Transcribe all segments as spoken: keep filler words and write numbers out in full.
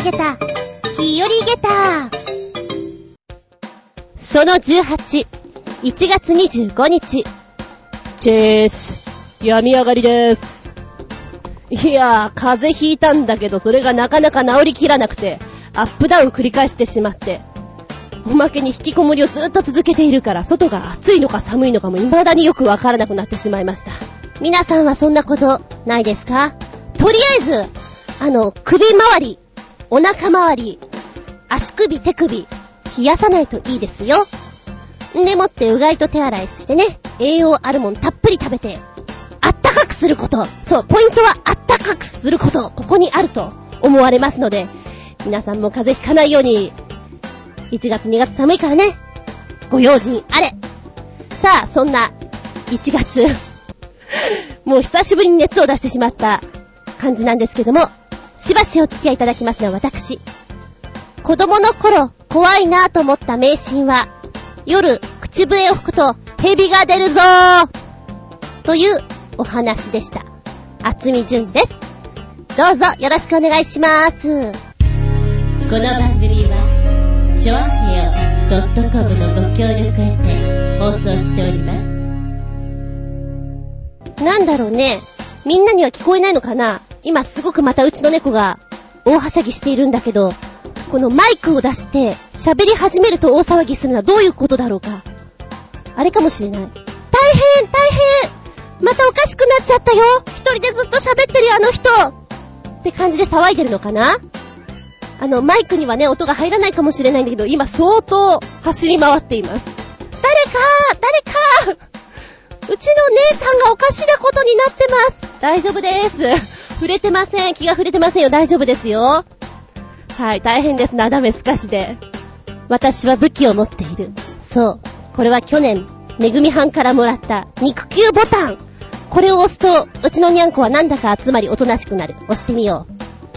げた日和げたそのじゅうはち、いちがつにじゅうごにち、チェース病み上がりです。いやー、風邪ひいたんだけどそれがなかなか治りきらなくてアップダウン繰り返してしまって、おまけに引きこもりをずっと続けているから外が暑いのか寒いのかも未だによくわからなくなってしまいました。皆さんはそんなことないですか？とりあえずあの首周り、お腹周り、足首手首冷やさないといいですよ。でもってうがいと手洗いしてね、栄養あるもんたっぷり食べてあったかくすること。そう、ポイントはあったかくすること、ここにあると思われますので、皆さんも風邪ひかないように、いちがつにがつ寒いからね、ご用心あれ。さあ、そんないちがつもう久しぶりに熱を出してしまった感じなんですけども、しばしお付き合いいただきますのは私。子供の頃怖いなと思った迷信は、夜口笛を吹くと蛇が出るぞーというお話でした。厚み純です。どうぞよろしくお願いします。この番組はチョアヘオ .com のご協力へて放送しております。なんだろうね、みんなには聞こえないのかな。今すごくまたうちの猫が大はしゃぎしているんだけど、このマイクを出して喋り始めると大騒ぎするのはどういうことだろうか。あれかもしれない。大変大変、またおかしくなっちゃったよ、一人でずっと喋ってるよあの人って感じで騒いでるのかな。あのマイクにはね音が入らないかもしれないんだけど、今相当走り回っています。誰か誰かうちの姉さんがおかしなことになってます。大丈夫です。触れてません。気が触れてませんよ。大丈夫ですよ。はい、大変です。なだめすかしで。私は武器を持っている。そう。これは去年、めぐみはんからもらった肉球ボタン。これを押すと、うちのにゃんこはなんだか集まりおとなしくなる。押してみよう。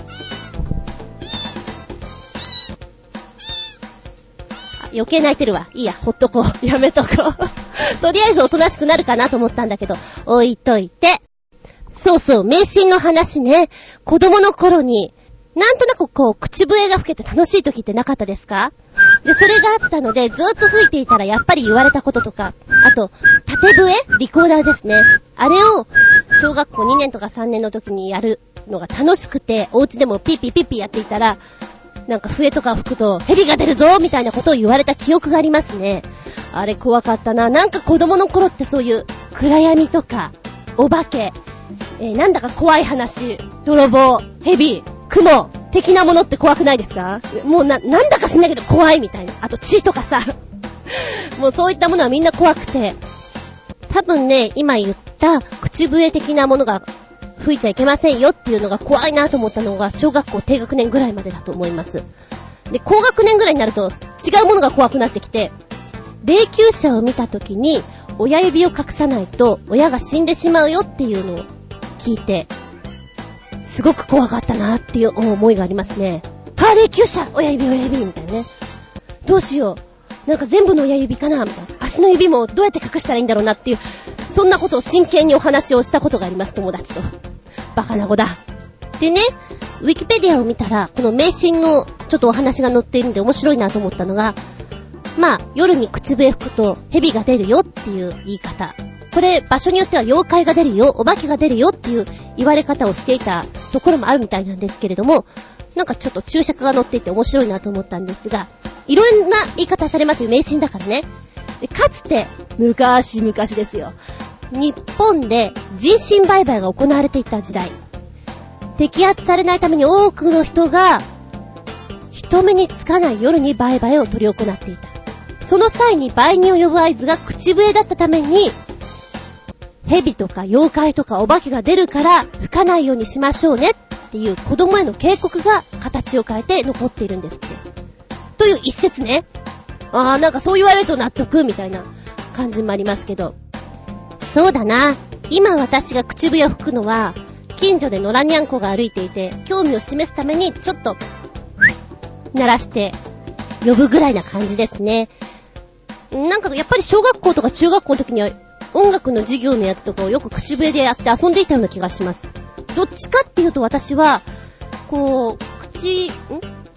余計泣いてるわ。いいや、ほっとこう。やめとこう。とりあえずおとなしくなるかなと思ったんだけど、置いといて。そうそう、迷信の話ね。子供の頃に、なんとなくこう、口笛が吹けて楽しい時ってなかったですか？で、それがあったので、ずーっと吹いていたらやっぱり言われたこととか、あと、縦笛？リコーダーですね。あれを、小学校にねんとかさんねんの時にやるのが楽しくて、お家でもピーピーピーピーやっていたら、なんか笛とか吹くと蛇が出るぞみたいなことを言われた記憶がありますね。あれ怖かったな。なんか子供の頃ってそういう暗闇とかお化け、えー、なんだか怖い話、泥棒、蛇、雲的なものって怖くないですか？もうな、なんだか知んないけど怖いみたいな。あと血とかさもうそういったものはみんな怖くて、多分ね、今言った口笛的なものが吹いちゃいけませんよっていうのが怖いなと思ったのが小学校低学年ぐらいまでだと思います。で、高学年ぐらいになると違うものが怖くなってきて、霊柩車を見た時に親指を隠さないと親が死んでしまうよっていうのを聞いて、すごく怖かったなっていう思いがありますね。はぁ、霊柩車、親指親指みたいなね。どうしよう、なんか全部の親指かなみたいな。足の指もどうやって隠したらいいんだろうなっていう、そんなことを真剣にお話をしたことがあります、友達と。バカな子だ。でね、ウィキペディアを見たら、この迷信のちょっとお話が載っているんで面白いなと思ったのが、まあ、夜に口笛吹くと蛇が出るよっていう言い方。これ、場所によっては妖怪が出るよ、お化けが出るよっていう言われ方をしていたところもあるみたいなんですけれども、なんかちょっと注釈が載っていて面白いなと思ったんですが、いろんな言い方されますよ、迷信だからね。でかつて、昔々ですよ。日本で人身売買が行われていた時代。摘発されないために多くの人が人目につかない夜に売買を取り行っていた。その際に売人を呼ぶ合図が口笛だったために、蛇とか妖怪とかお化けが出るから吹かないようにしましょうねっていう子供への警告が形を変えて残っているんですって。という一説ね。あー、なんかそう言われると納得みたいな感じもありますけど。そうだな。今私が口笛を吹くのは、近所で野良にゃんこが歩いていて、興味を示すためにちょっと鳴らして呼ぶぐらいな感じですね。なんかやっぱり小学校とか中学校の時には音楽の授業のやつとかをよく口笛でやって遊んでいたような気がします。どっちかっていうと私はこう口ん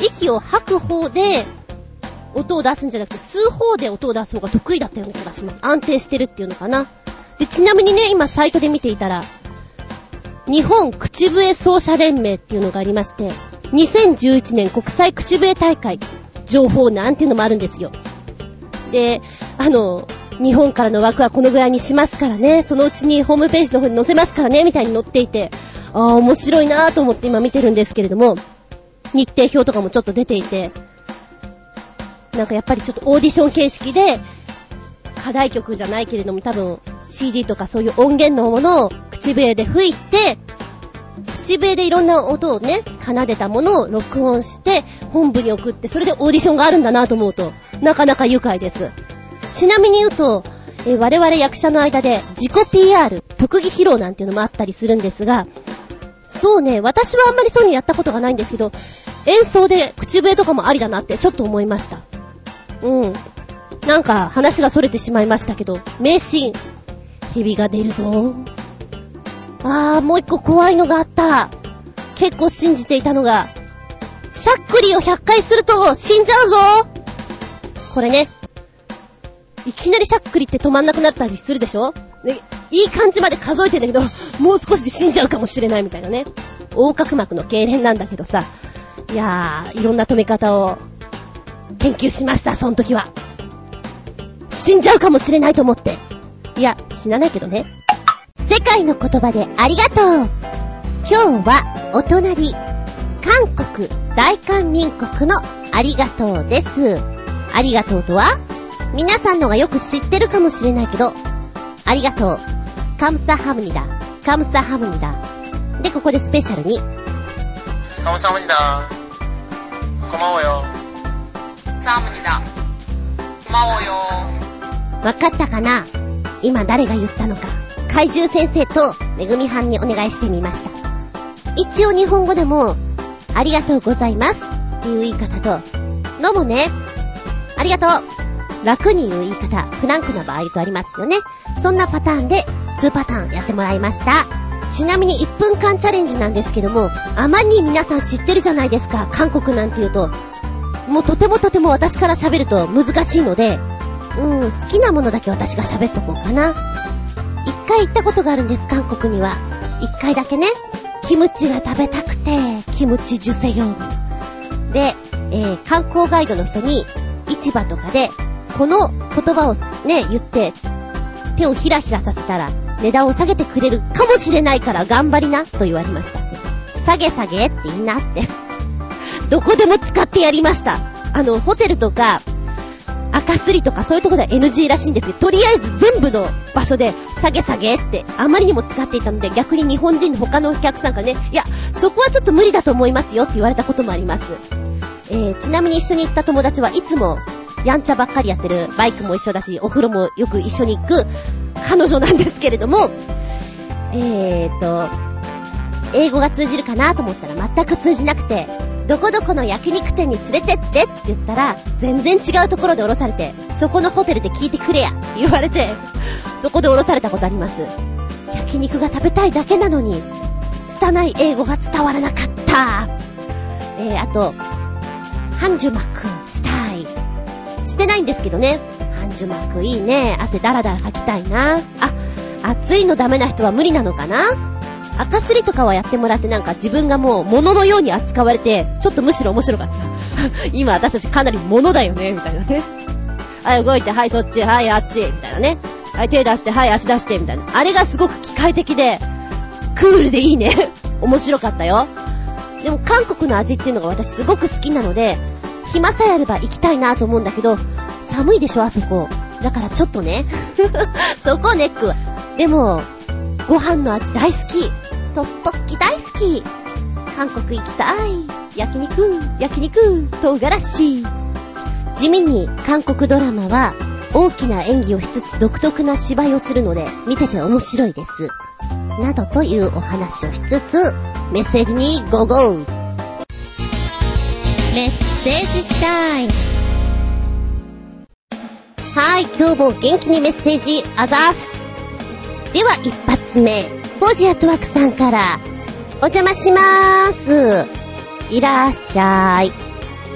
息を吐く方で音を出すんじゃなくて吸う方で音を出す方が得意だったような気がします。安定してるっていうのかな。で、ちなみにね、今サイトで見ていたら日本口笛奏者連盟っていうのがありまして、にせんじゅういちねん国際口笛大会情報なんていうのもあるんですよ。で、あの日本からの枠はこのぐらいにしますからね、そのうちにホームページの方に載せますからねみたいに載っていて、あー面白いなーと思って今見てるんですけれども、日程表とかもちょっと出ていて、なんかやっぱりちょっとオーディション形式で課題曲じゃないけれども多分 シーディー とかそういう音源のものを口笛で吹いて、口笛でいろんな音をね奏でたものを録音して本部に送って、それでオーディションがあるんだなと思うとなかなか愉快です。ちなみに言うと、えー、我々役者の間で自己 ピーアール 特技披露なんていうのもあったりするんですが、そうね、私はあんまりそういうのやったことがないんですけど、演奏で口笛とかもありだなってちょっと思いました。うん。なんか話が逸れてしまいましたけど、名シーン、ひびが出るぞ。あー、もう一個怖いのがあった。結構信じていたのが、しゃっくりをひゃっかいすると死んじゃうぞ。これね、いきなりしゃっくりって止まんなくなったりするでしょ。で、いい感じまで数えてんだけど、もう少しで死んじゃうかもしれないみたいなね。横隔膜の痙攣なんだけどさ、いやー、いろんな止め方を研究しました。その時は死んじゃうかもしれないと思って、いや死なないけどね。世界の言葉でありがとう。今日はお隣韓国大韓民国のありがとうです。ありがとうとは皆さんのがよく知ってるかもしれないけど、ありがとうカムサハムニダカムサハムニダで、ここでスペシャルにカムサハムニダこまおよサムニダこまおよ。 わかったかな。今誰が言ったのか怪獣先生とめぐみはんにお願いしてみました。一応日本語でもありがとうございますっていう言い方と、のもねありがとう楽に言う言い方、フランクな場合とありますよね。そんなパターンでにパターンやってもらいました。ちなみにいっぷんかんチャレンジなんですけども、あまりに皆さん知ってるじゃないですか。韓国なんて言うともうとてもとても私から喋ると難しいので、うん、好きなものだけ私が喋っとこうかな。一回行ったことがあるんです、韓国には。一回だけね。キムチが食べたくてキムチジュセヨで、えー、観光ガイドの人に市場とかでこの言葉をね言って手をひらひらさせたら値段を下げてくれるかもしれないから頑張りなと言われました。下げ下げっていいなってどこでも使ってやりました。あのホテルとか赤すりとかそういうところでは エヌジー らしいんですけど、とりあえず全部の場所で下げ下げってあまりにも使っていたので、逆に日本人の他のお客さんがね、いやそこはちょっと無理だと思いますよって言われたこともあります。えー、ちなみに一緒に行った友達はいつもやんちゃばっかりやってる、バイクも一緒だしお風呂もよく一緒に行く彼女なんですけれども、えーと英語が通じるかなと思ったら全く通じなくて、どこどこの焼肉店に連れてってって言ったら全然違うところで降ろされて、そこのホテルで聞いてくれや言われて、そこで降ろされたことあります。焼肉が食べたいだけなのに拙い英語が伝わらなかった。えー、あとハンジュマクしたいしてないんですけどね。ハンジュマクいいね、汗だらだらかきたいな。あ、暑いのダメな人は無理なのかな。赤すりとかはやってもらって、なんか自分がもう物のように扱われてちょっとむしろ面白かった今私たちかなり物だよねみたいなね。はい動いて、はいそっち、はいあっちみたいなね。はい手出して、はい足出してみたいな、あれがすごく機械的でクールでいいね面白かったよ。でも韓国の味っていうのが私すごく好きなので、暇さえあれば行きたいなと思うんだけど、寒いでしょあそこ。だからちょっとねそこネック。でもご飯の味大好き、トッポッキ大好き、韓国行きたい、焼肉焼肉唐辛子。地味に韓国ドラマは大きな演技をしつつ独特な芝居をするので見てて面白いですなどというお話をしつつ、メッセージにゴーゴー。メッセージタイム。はい、今日も元気にメッセージあざーす。では一発目、フォジアトワクさんからお邪魔しまーす。いらっしゃい。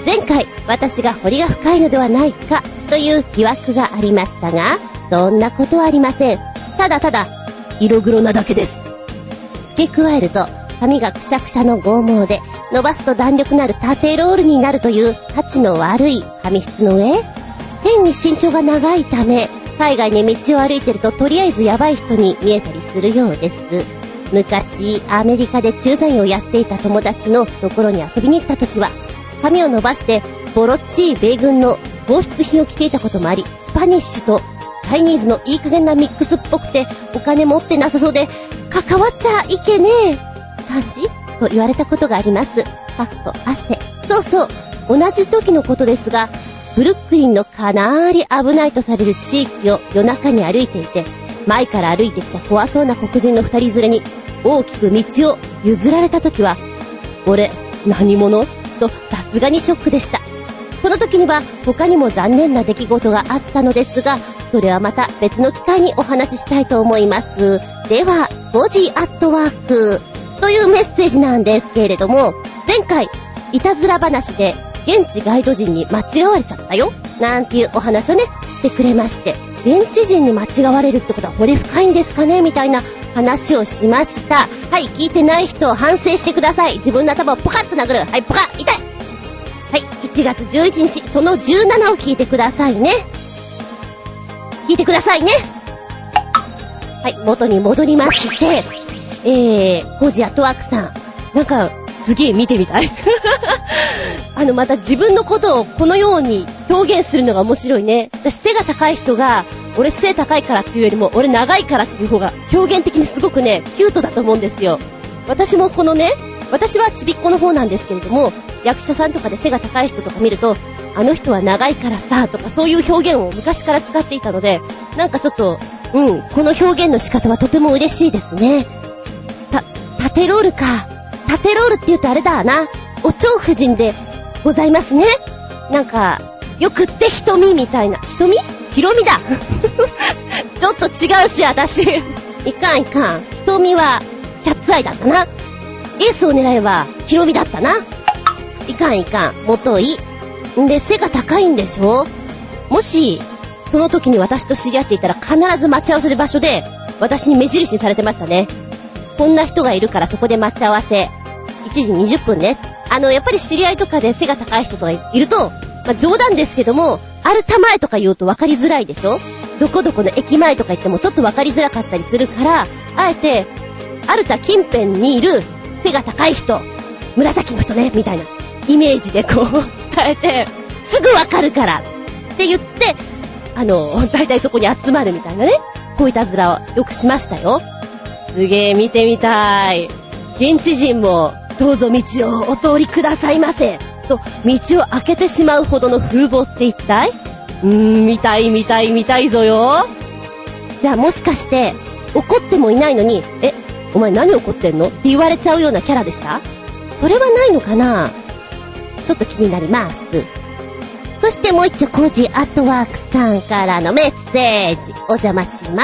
前回私が彫りが深いのではないかという疑惑がありましたが、そんなことはありません。ただただ色黒なだけです。付け加えると髪がくしゃくしゃの剛毛で、伸ばすと弾力のある縦ロールになるというタチの悪い髪質の上、変に身長が長いため、海外に道を歩いてるととりあえずヤバい人に見えたりするようです。昔アメリカで駐在員をやっていた友達のところに遊びに行った時は、髪を伸ばしてボロっちい米軍の防湿品を着ていたこともあり、スパニッシュとチャイニーズのいい加減なミックスっぽくて、お金持ってなさそうで関わっちゃいけねえ感じと言われたことがあります。かっこ汗。そうそう、同じ時のことですが、ブルックリンのかなり危ないとされる地域を夜中に歩いていて、前から歩いてきた怖そうな黒人の二人連れに大きく道を譲られた時は、俺何者とさすがにショックでした。この時には他にも残念な出来事があったのですが、それはまた別の機会にお話ししたいと思います。では、ごじアットワークというメッセージなんですけれども、前回いたずら話で現地ガイド人に間違われちゃったよなんていうお話をねしてくれまして、現地人に間違われるってことは彫り深いんですかねみたいな話をしました。はい、聞いてない人反省してください。自分の頭をポカッと殴る。はい、ポカッ、痛い。はい、いちがつじゅういちにちそのじゅうななを聞いてくださいね。聞いてくださいね。はい、元に戻りまして、えー、ゴジアットワークさん、なんかすげえ見てみたいあのまた自分のことをこのように表現するのが面白いね。私背が高い人が俺背高いからっていうよりも俺長いからっていう方が表現的にすごくねキュートだと思うんですよ。私もこのね、私はちびっこの方なんですけれども、役者さんとかで背が高い人とか見ると、あの人は長いからさとかそういう表現を昔から使っていたので、なんかちょっとうんこの表現の仕方はとても嬉しいですね。た縦ロールか。縦ロールって言うとあれだな、お蝶夫人でございますね。なんかよくって瞳みたいな、瞳ひろみだちょっと違うし私いかんいかん、瞳はキャッツアイだったな。エースを狙えばひろみだったな。いかんいかん、もといんで背が高いんでしょ。もしその時に私と知り合っていたら必ず待ち合わせる場所で私に目印されてましたね。こんな人がいるからそこで待ち合わせいちじにじゅっぷんね。あのやっぱり知り合いとかで背が高い人とかいると、まあ、冗談ですけども、アルタ前とか言うと分かりづらいでしょ。どこどこの駅前とか言ってもちょっと分かりづらかったりするから、あえてアルタ近辺にいる背が高い人、紫の人ねみたいなイメージでこう伝えて、すぐ分かるからって言って、あのだいたいそこに集まるみたいなね、こういたずらをよくしましたよ。すげー見てみたい。現地人もどうぞ道をお通りくださいませと道を開けてしまうほどの風貌って一体、うーん見たい見たい見たいぞよ。じゃあもしかして怒ってもいないのに、えお前何怒ってんのって言われちゃうようなキャラでした？それはないのかな、ちょっと気になります。そしてもう一丁コージーアットワークさんからのメッセージお邪魔します。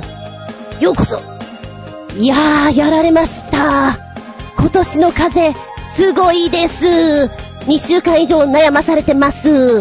ようこそ。いやーやられました。今年の風すごいです。にしゅうかん以上悩まされてます。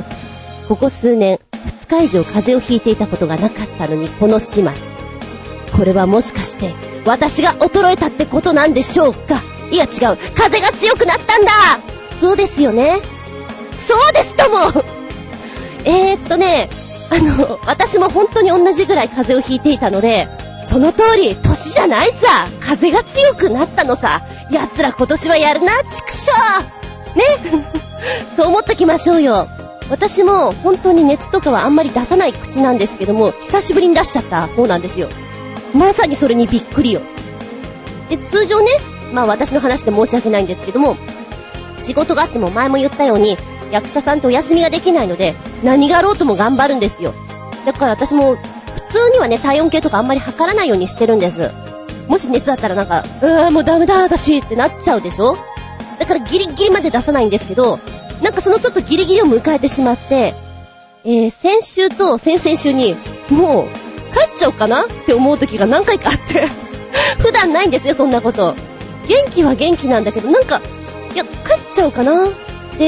ここ数年ふつか以上風邪をひいていたことがなかったのに、この始末、これはもしかして私が衰えたってことなんでしょうか。いや違う、風が強くなったんだ。そうですよね、そうですともえーっとねあの私も本当に同じぐらい風邪をひいていたので、その通り年じゃないさ、風が強くなったのさ。奴ら今年はやるな、畜生ねそう思っときましょうよ。私も本当に熱とかはあんまり出さない口なんですけども、久しぶりに出しちゃった方なんですよ。まさにそれにびっくりよ。で通常ね、まあ私の話で申し訳ないんですけども、仕事があっても前も言ったように役者さんとお休みができないので、何があろうとも頑張るんですよ。だから私も普通にはね体温計とかあんまり測らないようにしてるんです。もし熱だったらなんかうーもうダメだ私ってなっちゃうでしょ。だからギリギリまで出さないんですけど、なんかそのちょっとギリギリを迎えてしまって、えー、先週と先々週にもう帰っちゃおうかなって思う時が何回かあって普段ないんですよそんなこと。元気は元気なんだけど、なんかいや帰っちゃおうかなで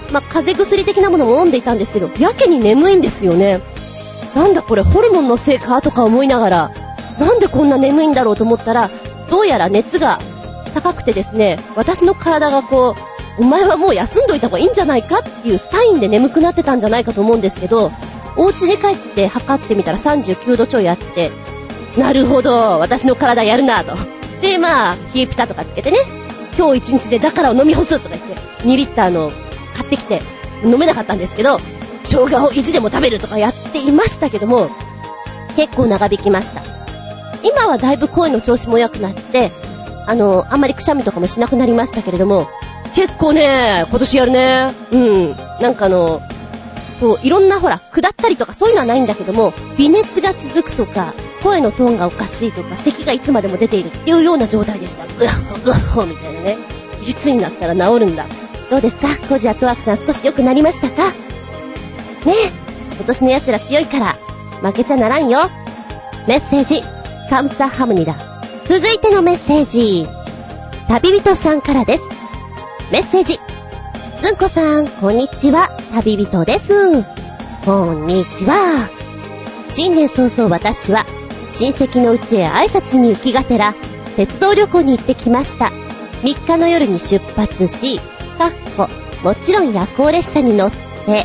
まあ、風邪薬的なものも飲んでいたんですけど、やけに眠いんですよね。なんだこれ、ホルモンのせいかとか思いながら、なんでこんな眠いんだろうと思ったら、どうやら熱が高くてですね、私の体がこう、お前はもう休んどいた方がいいんじゃないかっていうサインで眠くなってたんじゃないかと思うんですけど、お家に帰って測ってみたらさんじゅうきゅうどちょいあって、なるほど、私の体やるなと。で、まあ、冷えピタとかつけてね、今日一日でだからを飲み干すとか言って、にリッターの買ってきて、飲めなかったんですけど、生姜をいちでも食べるとかやっていましたけども、結構長引きました。今はだいぶ声の調子も良くなって、あの、あんまりくしゃみとかもしなくなりましたけれども、結構ね、今年やるね。うん。なんかあの、そう、いろんなほら、下ったりとかそういうのはないんだけども、微熱が続くとか、声のトーンがおかしいとか、咳がいつまでも出ているっていうような状態でした。グッホグッホみたいなね。いつになったら治るんだ。どうですか、コジアトワークさん、少し良くなりましたかね。今年の奴ら強いから負けちゃならんよ。メッセージカムサハムニダ。続いてのメッセージ、旅人さんからです。メッセージ、ずんこさん、こんにちは。旅人です。こんにちは。新年早々、私は親戚の家へ挨拶に行きがてら鉄道旅行に行ってきました。みっかの夜に出発し、かっこもちろん夜行列車に乗って、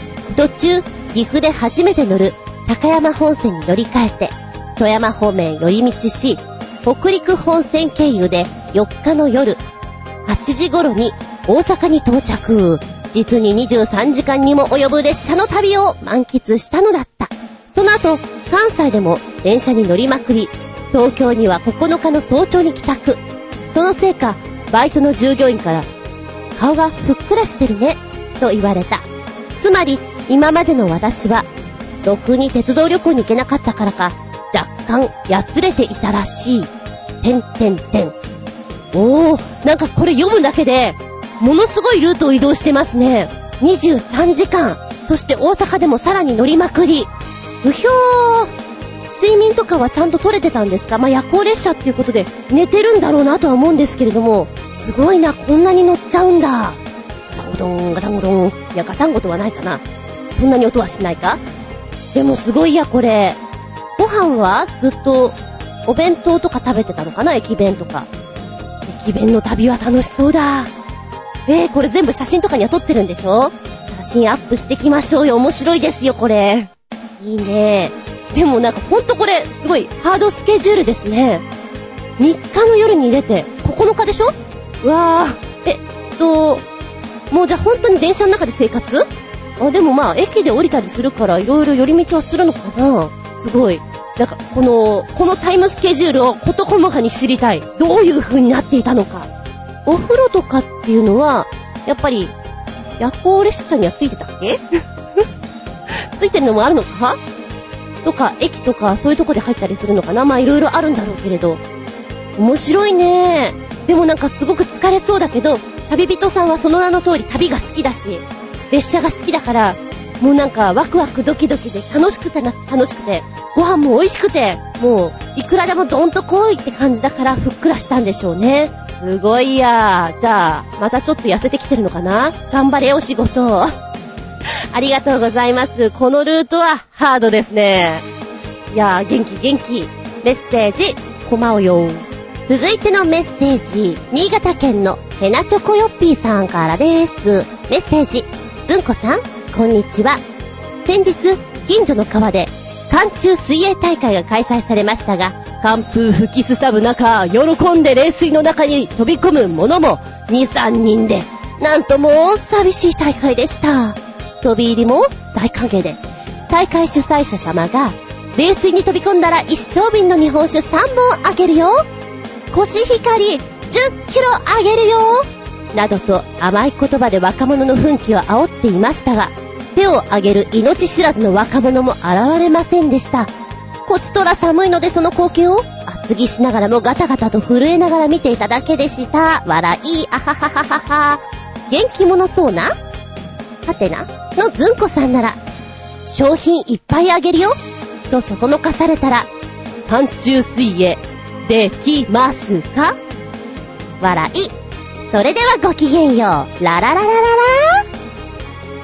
途中岐阜で初めて乗る高山本線に乗り換えて富山方面寄り道し、北陸本線経由でよっかの夜はちじ頃に大阪に到着。実ににじゅうさんじかんにも及ぶ列車の旅を満喫したのだった。その後関西でも電車に乗りまくり、東京にはここのかの早朝に帰宅。そのせいかバイトの従業員から、顔がふっくらしてるねと言われた。つまり今までの私はろくに鉄道旅行に行けなかったからか、若干やつれていたらしい。てんてんてん。おー、なんかこれ読むだけでものすごいルートを移動してますね。にじゅうさんじかん、そして大阪でもさらに乗りまくり。うひょー、睡眠とかはちゃんと取れてたんですか？まあ、夜行列車っていうことで寝てるんだろうなとは思うんですけれども、すごいな、こんなに乗っちゃうんだ。ガタンゴトンガタンゴトン。いや、ガタンゴトンはないかな、そんなに音はしないか。でもすごいや、これ。ご飯はずっとお弁当とか食べてたのかな、駅弁とか。駅弁の旅は楽しそうだ。えー、これ全部写真とかには撮ってるんでしょ？写真アップしてきましょうよ。面白いですよ、これ。いいね。でもなんかほんとこれすごいハードスケジュールですね。みっかの夜に出てここのかでしょ。うわー、えっともうじゃあ本当に電車の中で生活？あ、でもまあ駅で降りたりするからいろいろ寄り道はするのかな。すごい。なんかこのこのタイムスケジュールを事細かに知りたい。どういう風になっていたのか。お風呂とかっていうのはやっぱり夜行列車にはついてたっけ？ついてるのもあるのかとか、駅とかそういうとこで入ったりするのかな。まあいろいろあるんだろうけれど、面白いね。でもなんかすごく疲れそうだけど、旅人さんはその名の通り旅が好きだし、列車が好きだから、もうなんかワクワクドキドキで楽しくてな、楽しくて、ご飯も美味しくて、もういくらでもどんと来いって感じだからふっくらしたんでしょうね。すごいや。じゃあまたちょっと痩せてきてるのかな。頑張れお仕事。ありがとうございます。このルートはハードですね。いやー、元気元気。メッセージコマオよ。続いてのメッセージ、新潟県のヘナチョコヨッピーさんからです。メッセージ、ずんこさんこんにちは。先日近所の川で寒中水泳大会が開催されましたが、寒風吹きすさぶ中、喜んで冷水の中に飛び込む者も にさんにんで、なんともう寂しい大会でした。飛び入りも大歓迎で、大会主催者様が冷水に飛び込んだら一升瓶の日本酒さんぼんあげるよ、コシヒカリじゅっキロあげるよなどと甘い言葉で若者の奮起を煽っていましたが、手を挙げる命知らずの若者も現れませんでした。こちとら寒いのでその光景を厚着しながらもガタガタと震えながら見ていただけでした。笑い、あははははは。元気者そうなはてなのずんこさんなら商品いっぱいあげるよとそそのかされたら、寒中水泳できますか？笑い。それではごきげんよう。ララララララ。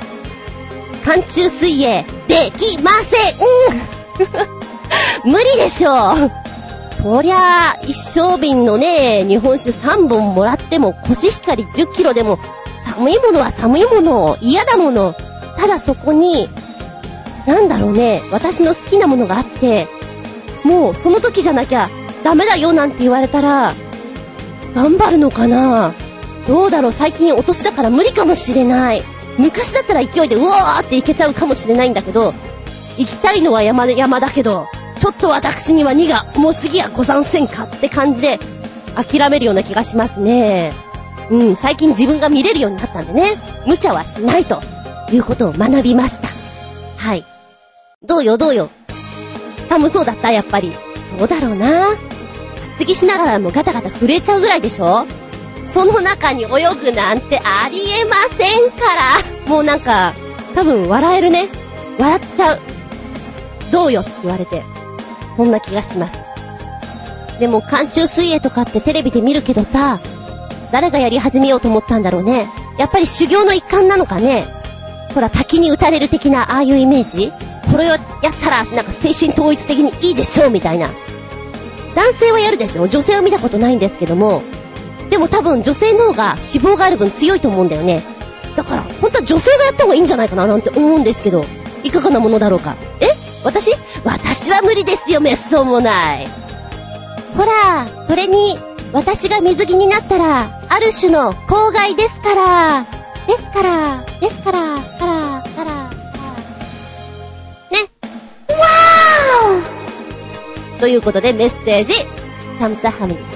寒中水泳できません無理でしょう。そりゃあ一升瓶のね日本酒さんぼんもらってもコシヒカリじゅっキロでも寒いものは寒いもの嫌だもの。ただそこになんだろうね、私の好きなものがあってもうその時じゃなきゃダメだよなんて言われたら頑張るのかな。どうだろう、最近お年だから無理かもしれない。昔だったら勢いでうわーっていけちゃうかもしれないんだけど、行きたいのは山山だけどちょっと私には荷が重すぎやござんせんかって感じで諦めるような気がしますね。うん、最近自分が見れるようになったんでね、無茶はしないということを学びました。はい。どうよどうよ、寒そうだったやっぱり。そうだろうな。厚着しながらもガタガタ震えちゃうぐらいでしょ。その中に泳ぐなんてありえませんから。もうなんか多分笑えるね。笑っちゃう。どうよって言われてそんな気がします。でも寒中水泳とかってテレビで見るけどさ、誰がやり始めようと思ったんだろうね。やっぱり修行の一環なのかね。ほら滝に打たれる的なああいうイメージ。これをやったらなんか精神統一的にいいでしょうみたいな。男性はやるでしょ。女性は見たことないんですけども、でも多分女性の方が脂肪がある分強いと思うんだよね。だから本当は女性がやった方がいいんじゃないかななんて思うんですけど、いかがなものだろうか。え私私は無理ですよ、めっそうもない。ほら、それに私が水着になったらある種の公害ですからですからですからからからね。わーということでメッセージサムサハムニ。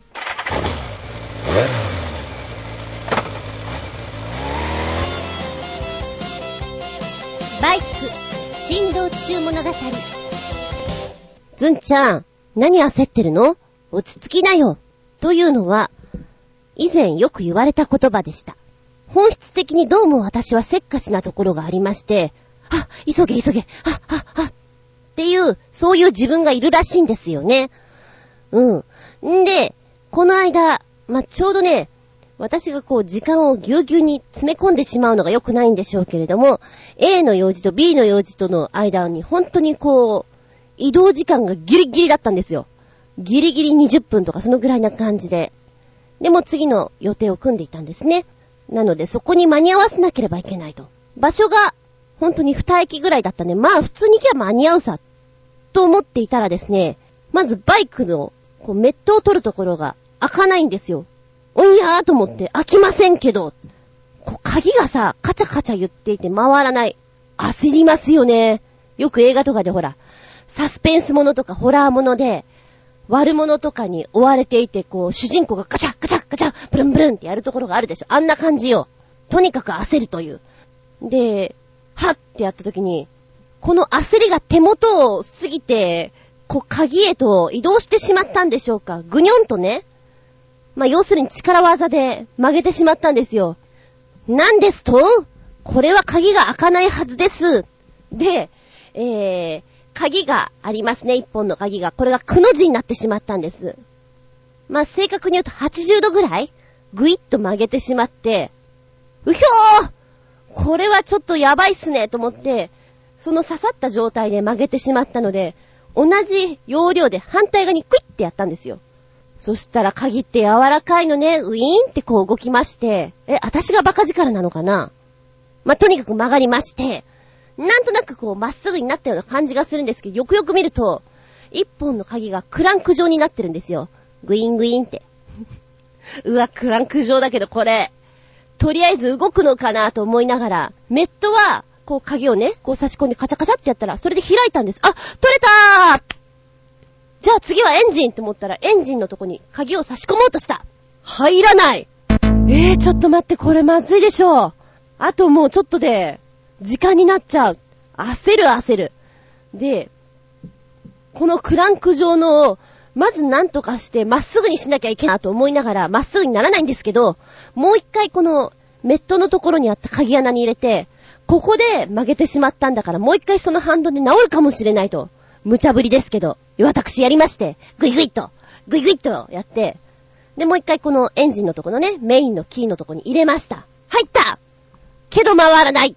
バイク振動中物語。ずんちゃん、何焦ってるの？落ち着きなよ。というのは以前よく言われた言葉でした。本質的にどうも私はせっかちなところがありまして、あ、急げ急げ、あ、あ、あっていうそういう自分がいるらしいんですよね。うん。んでこの間、まあ、ちょうどね、私がこう時間をぎゅうぎゅうに詰め込んでしまうのが良くないんでしょうけれども、 A の用事と B の用事との間に本当にこう移動時間がギリギリだったんですよ。ギリギリにじゅっぷんとかそのぐらいな感じで、でも次の予定を組んでいたんですね。なのでそこに間に合わせなければいけないと。場所が本当にに駅ぐらいだったんで、まあ普通に行けば間に合うさと思っていたらですね、まずバイクのこうメットを取るところが開かないんですよ。おんやーと思って開きませんけど、こう鍵がさカチャカチャ言っていて回らない。焦りますよね。よく映画とかでほらサスペンスものとかホラーもので悪者とかに追われていて、こう主人公がカチャカチャカチャブルンブルンってやるところがあるでしょ。あんな感じよ。とにかく焦るという。ではってやった時にこの焦りが手元を過ぎてこう鍵へと移動してしまったんでしょうか。ぐにょんとね、まあ、要するに力技で曲げてしまったんですよ。なんですと？これは鍵が開かないはずです。で、えー、鍵がありますね。一本の鍵が。これがくの字になってしまったんです。まあ、正確に言うとはちじゅうどぐらいぐいっと曲げてしまって、うひょー！これはちょっとやばいっすねと思って、その刺さった状態で曲げてしまったので、同じ要領で反対側にクイッってやったんですよ。そしたら鍵って柔らかいのね、ウィーンってこう動きまして、え、私がバカ力なのかな？まあ、とにかく曲がりまして、なんとなくこうまっすぐになったような感じがするんですけど、よくよく見ると、一本の鍵がクランク状になってるんですよ。グイーングイーンって。うわ、クランク状だけどこれ、とりあえず動くのかなと思いながら、メットは、こう鍵をね、こう差し込んでカチャカチャってやったら、それで開いたんです。あ、取れたー！じゃあ次はエンジンって思ったら、エンジンのとこに鍵を差し込もうとした。入らない。えー、ちょっと待って、これまずいでしょう。あともうちょっとで、時間になっちゃう。焦る焦る。で、このクランク状のを、まずなんとかしてまっすぐにしなきゃいけないと思いながら、まっすぐにならないんですけど、もう一回このメットのところにあった鍵穴に入れて、ここで曲げてしまったんだから、もう一回そのハンドで治るかもしれないと。無茶ぶりですけど、私やりまして、グイグイっと、グイグイっとやって、で、もう一回このエンジンのところのね、メインのキーのところに入れました。入ったけど回らない。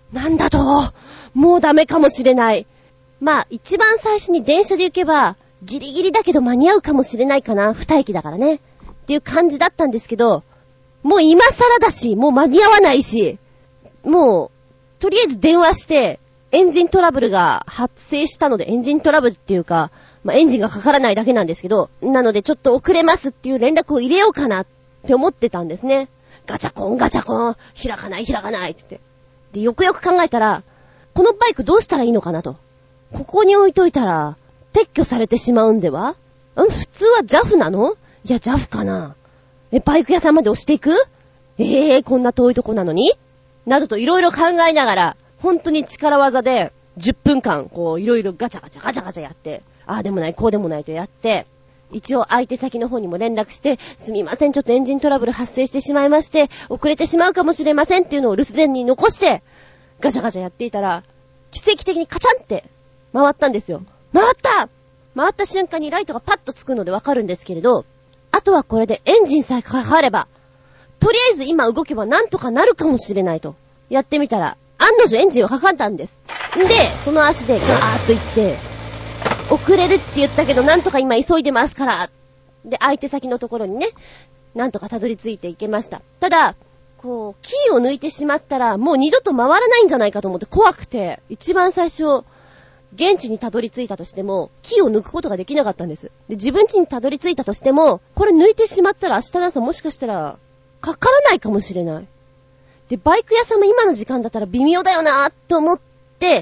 なんだと、もうダメかもしれない。まあ、一番最初に電車で行けば、ギリギリだけど間に合うかもしれないかな。二駅だからね。っていう感じだったんですけど、もう今更だし、もう間に合わないし、もう、とりあえず電話して、エンジントラブルが発生したので、エンジントラブルっていうか、まあ、エンジンがかからないだけなんですけど、なのでちょっと遅れますっていう連絡を入れようかなって思ってたんですね。ガチャコンガチャコン、開かない開かないって言って。で、よくよく考えたら、このバイクどうしたらいいのかなと。ここに置いといたら、撤去されてしまうんでは？ん普通は ジャフ なの？いや、ジャフ かな。え、バイク屋さんまで押していく？えー、こんな遠いとこなのに？などといろいろ考えながら、本当に力技で、じゅっぷんかん、こう、いろいろガチャガチャガチャガチャやって、ああでもない、こうでもないとやって、一応相手先の方にも連絡して、すみません、ちょっとエンジントラブル発生してしまいまして、遅れてしまうかもしれませんっていうのを留守電に残して、ガチャガチャやっていたら、奇跡的にカチャンって回ったんですよ。回った回った瞬間にライトがパッとつくのでわかるんですけれど、あとはこれでエンジンさえかかれば、とりあえず今動けばなんとかなるかもしれないと。やってみたら、案の定エンジンをかかったんです。で、その足でガーッと行って、遅れるって言ったけどなんとか今急いでますから。で、相手先のところにね、なんとかたどり着いていけました。ただ、こう、キーを抜いてしまったら、もう二度と回らないんじゃないかと思って怖くて、一番最初、現地にたどり着いたとしても、キーを抜くことができなかったんです。で、自分家にたどり着いたとしても、これ抜いてしまったら明日の朝もしかしたら、かからないかもしれない。で、バイク屋さんも今の時間だったら微妙だよなと思って、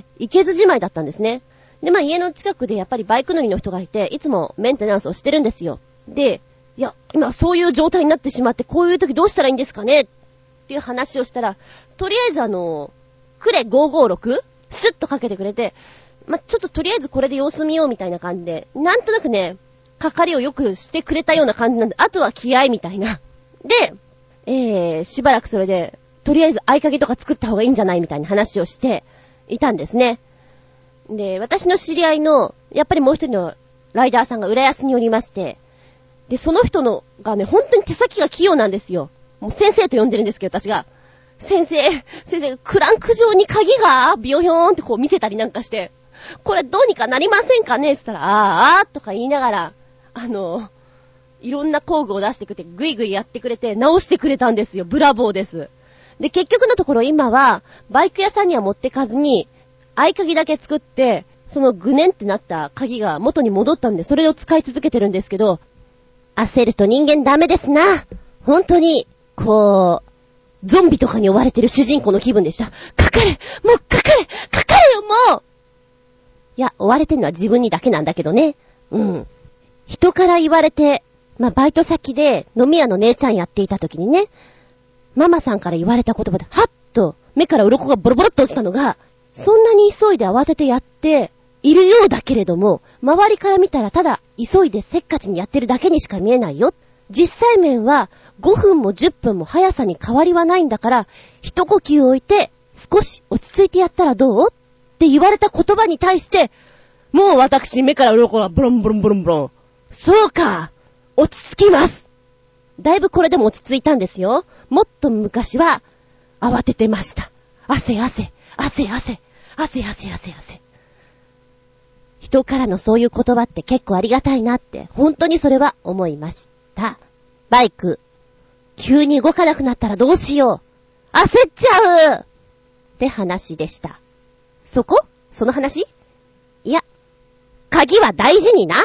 行けずじまいだったんですね。で、まあ家の近くでやっぱりバイク乗りの人がいて、いつもメンテナンスをしてるんですよ。で、いや、今そういう状態になってしまって、こういう時どうしたらいいんですかねっていう話をしたら、とりあえずあの、クレごーごーろくシュッとかけてくれて、まあ、ちょっととりあえずこれで様子見ようみたいな感じで、なんとなくね、かかりをよくしてくれたような感じなんで、あとは気合みたいな。で、えー、しばらくそれで、とりあえず合鍵とか作った方がいいんじゃないみたいな話をしていたんですね。で、私の知り合いの、やっぱりもう一人のライダーさんが浦安におりまして、で、その人のがね、本当に手先が器用なんですよ。もう先生と呼んでるんですけど、私が。先生、先生、クランク上に鍵がビヨヨーンってこう見せたりなんかして、これどうにかなりませんかねって言ったら、あーあーとか言いながら、あの、いろんな工具を出してくれて、ぐいぐいやってくれて、直してくれたんですよ。ブラボーです。で、結局のところ今は、バイク屋さんには持ってかずに、合鍵だけ作って、そのぐねんってなった鍵が元に戻ったんで、それを使い続けてるんですけど、焦ると人間ダメですな。本当に、こう、ゾンビとかに追われてる主人公の気分でした。かかれもうかかれかかれよもういや、追われてるのは自分にだけなんだけどね。うん。人から言われて、まあ、バイト先で飲み屋の姉ちゃんやっていた時にね、ママさんから言われた言葉で、はっと目から鱗がボロボロっと落ちたのが、そんなに急いで慌ててやっているようだけれども、周りから見たらただ急いでせっかちにやってるだけにしか見えないよ。実際面はごふんもじゅっぷんも速さに変わりはないんだから、一呼吸置いて少し落ち着いてやったらどうって言われた言葉に対して、もう私目から鱗がブロンブロンブロンブロン。そうか、落ち着きます。だいぶこれでも落ち着いたんですよ。もっと昔は慌ててました。汗汗汗汗汗汗汗汗。人からのそういう言葉って結構ありがたいなって本当にそれは思いました。バイク急に動かなくなったらどうしよう、焦っちゃうって話でした。そこ？その話？いや、鍵は大事にな。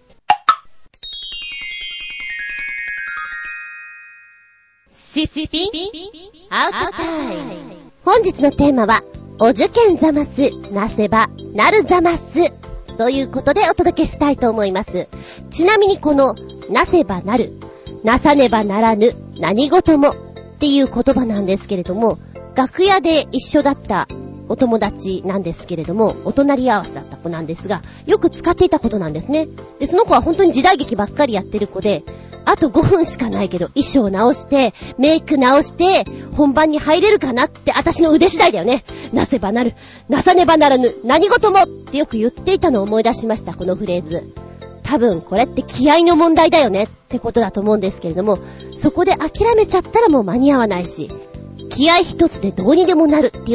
シスピンアウトタイム。本日のテーマはお受験ざますなせばなるざますということでお届けしたいと思います。ちなみにこのなせばなる、なさねばならぬ何事もっていう言葉なんですけれども、楽屋で一緒だったお友達なんですけれども、お隣り合わせだった子なんですが、よく使っていたことなんですね。で、その子は本当に時代劇ばっかりやってる子で、あとごふんしかないけど衣装直してメイク直して本番に入れるかなって私の腕次第だよね。なせばなる、なさねばならぬ何事もってよく言っていたのを思い出しました。このフレーズ、多分これって気合の問題だよねってことだと思うんですけれども、そこで諦めちゃったらもう間に合わないし、気合一つでどうにでもなるっていうのは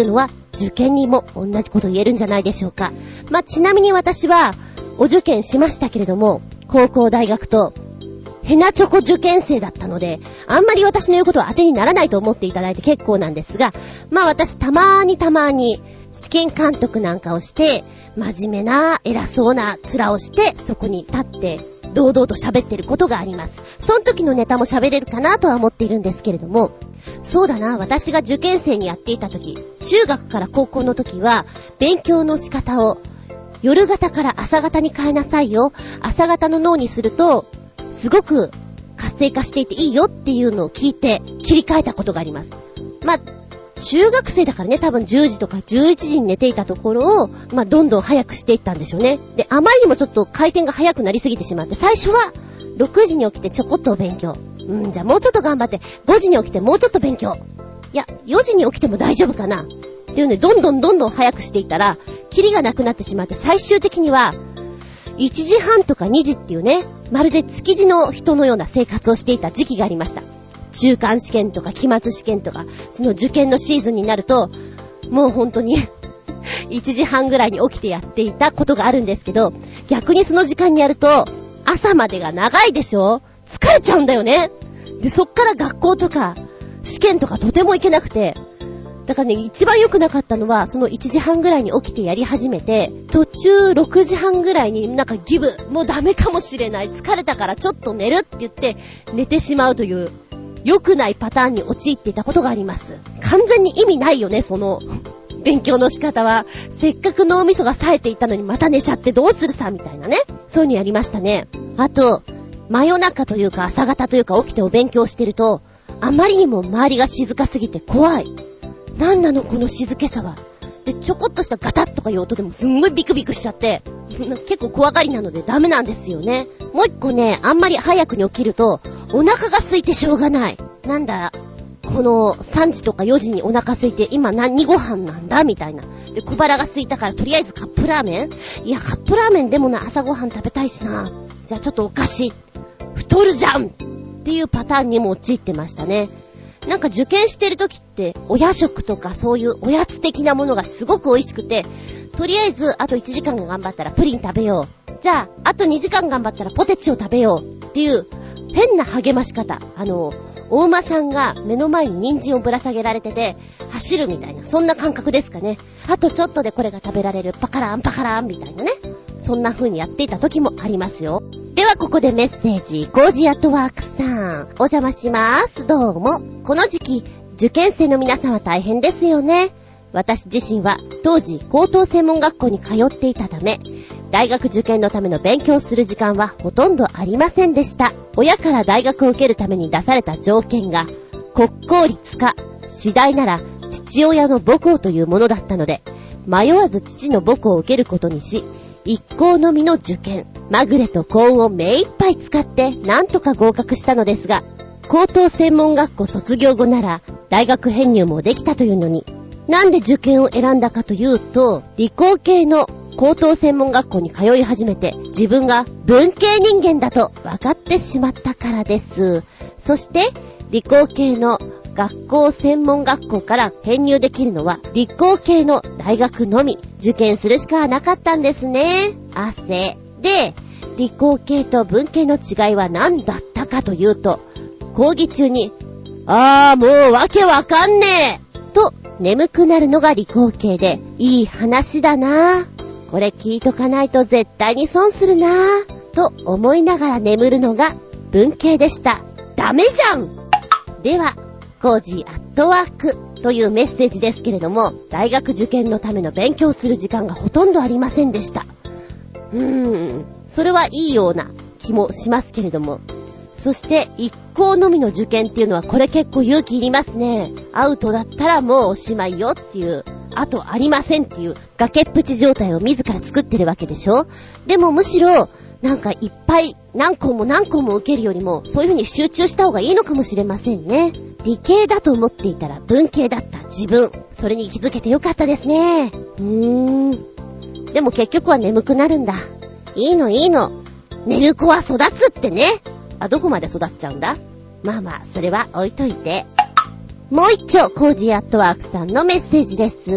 受験にも同じこと言えるんじゃないでしょうか。まあ、ちなみに私はお受験しましたけれども、高校大学とヘナチョコ受験生だったので、あんまり私の言うことは当てにならないと思っていただいて結構なんですが、まあ私たまーにたまーに試験監督なんかをして、真面目な偉そうな面をしてそこに立って堂々と喋ってることがあります。その時のネタも喋れるかなとは思っているんですけれども、そうだな、私が受験生にやっていた時、中学から高校の時は勉強の仕方を夜型から朝型に変えなさいよ、朝型の脳にするとすごく活性化していていいよっていうのを聞いて切り替えたことがあります。まあ中学生だからね、多分じゅうじとかじゅういちじに寝ていたところを、まあ、どんどん早くしていったんでしょうね。で、あまりにもちょっと回転が早くなりすぎてしまって、最初はろくじに起きてちょこっと勉強。うん、じゃあもうちょっと頑張って、ごじに起きてもうちょっと勉強。いや、よじに起きても大丈夫かな。っていうね、どんどんどんどん早くしていったら、キリがなくなってしまって、最終的には、いちじはんとかにじっていうね、まるで築地の人のような生活をしていた時期がありました。中間試験とか期末試験とか、その受験のシーズンになると、もう本当にいちじはんぐらいに起きてやっていたことがあるんですけど、逆にその時間にやると朝までが長いでしょ。疲れちゃうんだよね。で、そっから学校とか試験とかとても行けなくて、だからね、一番良くなかったのはそのいちじはんぐらいに起きてやり始めて、途中ろくじはんぐらいになんかギブ、もうダメかもしれない、疲れたからちょっと寝るって言って寝てしまうという良くないパターンに陥っていたことがあります。完全に意味ないよね、その勉強の仕方は。せっかく脳みそが冴えていたのにまた寝ちゃってどうするさみたいなね。そういうのやりましたね。あと真夜中というか朝方というか起きてお勉強してると、あまりにも周りが静かすぎて怖い。なんなのこの静けさは。で、ちょこっとしたガタッとかいう音でもすんごいビクビクしちゃって、結構怖がりなのでダメなんですよね。もう一個ね、あんまり早くに起きるとお腹が空いてしょうがない。なんだこのさんじとかよじにお腹空いて今何ご飯なんだみたいな。で、小腹が空いたからとりあえずカップラーメン。いや、カップラーメンでもな、朝ご飯食べたいしな。じゃあちょっとお菓子。太るじゃんっていうパターンにも陥ってましたね。なんか受験してる時ってお夜食とかそういうおやつ的なものがすごく美味しくて、とりあえずあといちじかん頑張ったらプリン食べよう。じゃああとにじかん頑張ったらポテチを食べようっていう変な励まし方。あの、お馬さんが目の前に人参をぶら下げられてて走るみたいな、そんな感覚ですかね。あとちょっとでこれが食べられる、パカランパカランみたいなね。そんな風にやっていた時もありますよ。ではここでメッセージ。コージアットワークさん、お邪魔します。どうも。この時期受験生の皆さんは大変ですよね。私自身は当時高等専門学校に通っていたため、大学受験のための勉強する時間はほとんどありませんでした。親から大学を受けるために出された条件が国公立か私大なら父親の母校というものだったので、迷わず父の母校を受けることにし、一校のみの受験、まぐれと幸運を目いっぱい使ってなんとか合格したのですが、高等専門学校卒業後なら大学編入もできたというのに、なんで受験を選んだかというと、理工系の高等専門学校に通い始めて自分が文系人間だと分かってしまったからです。そして理工系の学校専門学校から編入できるのは理工系の大学のみ。受験するしかなかったんですね。汗で、理工系と文系の違いは何だったかというと、講義中にあーもうわけわかんねえと眠くなるのが理工系で、いい話だな、これ聞いとかないと絶対に損するなと思いながら眠るのが文系でした。ダメじゃん。ではコージーアットワークというメッセージですけれども、大学受験のための勉強する時間がほとんどありませんでした。うーん、それはいいような気もしますけれども、そして一校のみの受験っていうのはこれ結構勇気いりますね。アウトだったらもうおしまいよっていう、あとありませんっていう崖っぷち状態を自ら作ってるわけでしょ。でもむしろなんかいっぱい何個も何個も受けるよりもそういう風に集中した方がいいのかもしれませんね。理系だと思っていたら文系だった自分、それに気づけてよかったですね。うーん、でも結局は眠くなるんだ。いいのいいの、寝る子は育つってね。あ、どこまで育っちゃうんだ。まあまあそれは置いといて、もう一丁コージーアットワークさんのメッセージです。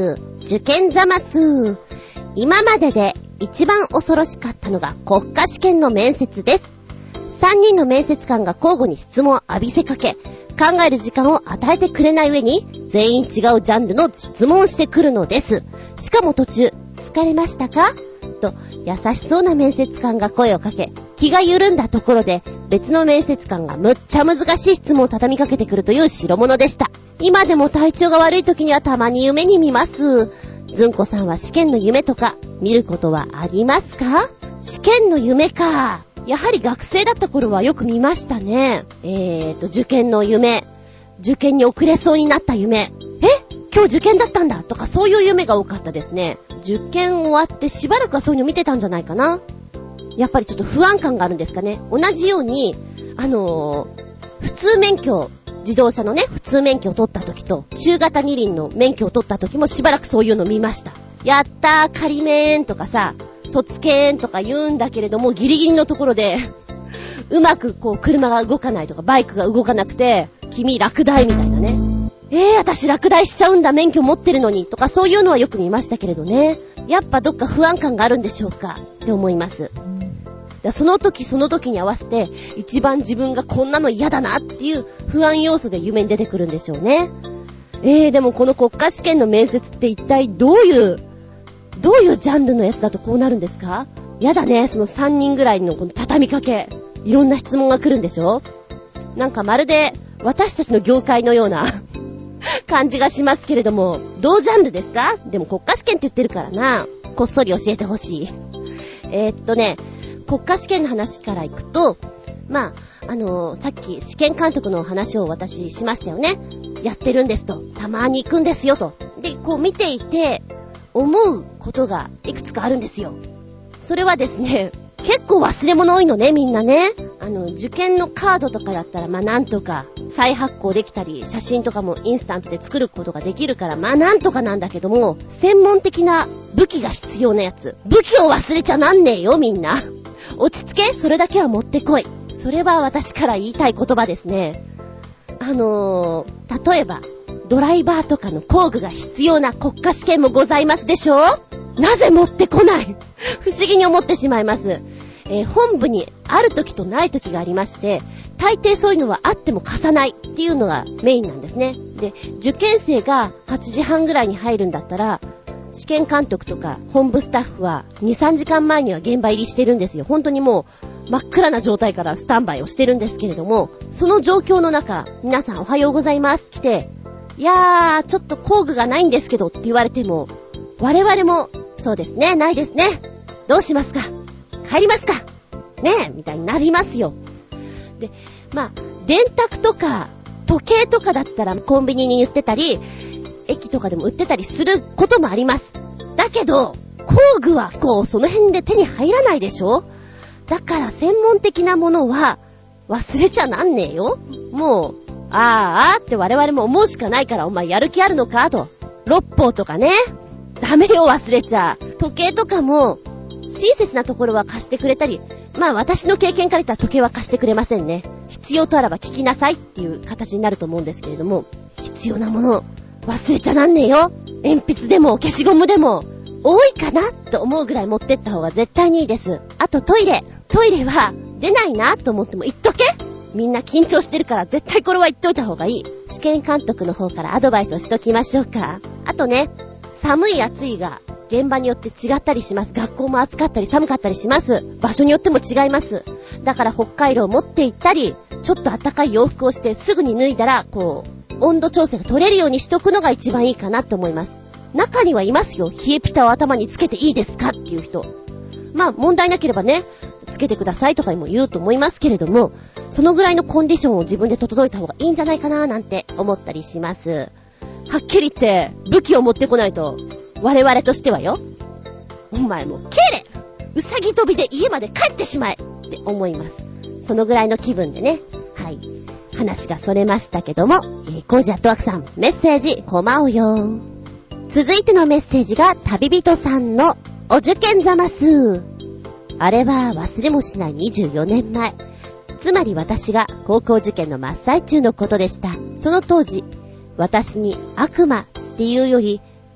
受験ざます今までで一番恐ろしかったのが国家試験の面接です。さんにんの面接官が交互に質問を浴びせかけ、考える時間を与えてくれない上に全員違うジャンルの質問をしてくるのです。しかも途中、疲れましたかと優しそうな面接官が声をかけ、気が緩んだところで別の面接官がむっちゃ難しい質問を畳みかけてくるという代物でした。今でも体調が悪い時にはたまに夢に見ます。ずんこさんは試験の夢とか見ることはありますか？試験の夢か。やはり学生だった頃はよく見ましたね。えーと、受験の夢。受験に遅れそうになった夢。え？今日受験だったんだとかそういう夢が多かったですね。受験終わってしばらくはそういうの見てたんじゃないかな。やっぱりちょっと不安感があるんですかね。同じように、あのー、普通免許、自動車のね、普通免許を取った時と、中型二輪の免許を取った時もしばらくそういうの見ました。やったー、仮免とかさ、卒検とか言うんだけれども、ギリギリのところで、うまくこう車が動かないとか、バイクが動かなくて、君落第みたいなね。えー、私落第しちゃうんだ、免許持ってるのに、とかそういうのはよく見ましたけれどね。やっぱどっか不安感があるんでしょうかって思います。だその時その時に合わせて、一番自分がこんなの嫌だなっていう不安要素で夢に出てくるんでしょうね。えー、でもこの国家試験の面接って一体どういうどういうジャンルのやつだとこうなるんですか？やだね、そのさんにんぐらいのこの畳みかけ。いろんな質問が来るんでしょ？なんかまるで私たちの業界のような感じがしますけれども、同ジャンルですか？でも国家試験って言ってるからな。こっそり教えてほしい。えー、っとね、国家試験の話からいくと、まあ、あのー、さっき試験監督の話を私しましたよね。やってるんですと。たまに行くんですよと。で、こう見ていて、思うことがいくつかあるんですよ。それはですね、結構忘れ物多いのね、みんなね。あの、受験のカードとかだったら、まあなんとか再発行できたり、写真とかもインスタントで作ることができるから、まあなんとかなんだけども、専門的な武器が必要なやつ。武器を忘れちゃなんねえよ、みんな。落ち着け、それだけは持ってこい。それは私から言いたい言葉ですね。あのー、例えば、ドライバーとかの工具が必要な国家試験もございますでしょう？なぜ持ってこない？不思議に思ってしまいます。えー、本部にある時とない時がありまして、大抵そういうのはあっても貸さないっていうのがメインなんですね。で、受験生がはちじはんぐらいに入るんだったら、試験監督とか本部スタッフはに、さんじかんまえには現場入りしてるんですよ。本当にもう真っ暗な状態からスタンバイをしてるんですけれども、その状況の中、皆さんおはようございます来て、いやーちょっと工具がないんですけどって言われても、我々もそうですね、ないですね、どうしますか、帰りますかねえみたいになりますよ。で、まあ電卓とか時計とかだったらコンビニに売ってたり駅とかでも売ってたりすることもあります。だけど工具はこうその辺で手に入らないでしょ。だから専門的なものは忘れちゃなんねえよ。もうあーあーって我々も思うしかないから、お前やる気あるのかと。六法とかね、ダメよ忘れちゃ。時計とかも親切なところは貸してくれたり、まあ私の経験から言ったら時計は貸してくれませんね。必要とあらば聞きなさいっていう形になると思うんですけれども、必要なもの忘れちゃなんねえよ。鉛筆でも消しゴムでも多いかなと思うぐらい持ってった方が絶対にいいです。あとトイレトイレは出ないなと思っても言っとけ。みんな緊張してるから絶対これは言っといた方がいい。試験監督の方からアドバイスをしときましょうか。あとね、寒い暑いが現場によって違ったりします。学校も暑かったり寒かったりします。場所によっても違います。だから北海道を持って行ったり、ちょっと暖かい洋服をしてすぐに脱いだらこう温度調整が取れるようにしとくのが一番いいかなと思います。中にはいますよ、冷えピタを頭につけていいですかっていう人。まあ問題なければね、つけてくださいとかにも言うと思いますけれども、そのぐらいのコンディションを自分で整えた方がいいんじゃないかななんて思ったりします。はっきり言って武器を持ってこないと我々としてはよ、お前も帰れ、うさぎ飛びで家まで帰ってしまえって思います。そのぐらいの気分でね。はい、話がそれましたけども、えー、コージアットワークさんメッセージこまおよ。続いてのメッセージが旅人さんのお受験ざます。あれは忘れもしないにじゅうよねんまえ、つまり私が高校受験の真っ最中のことでした。その当時私に悪魔っていうより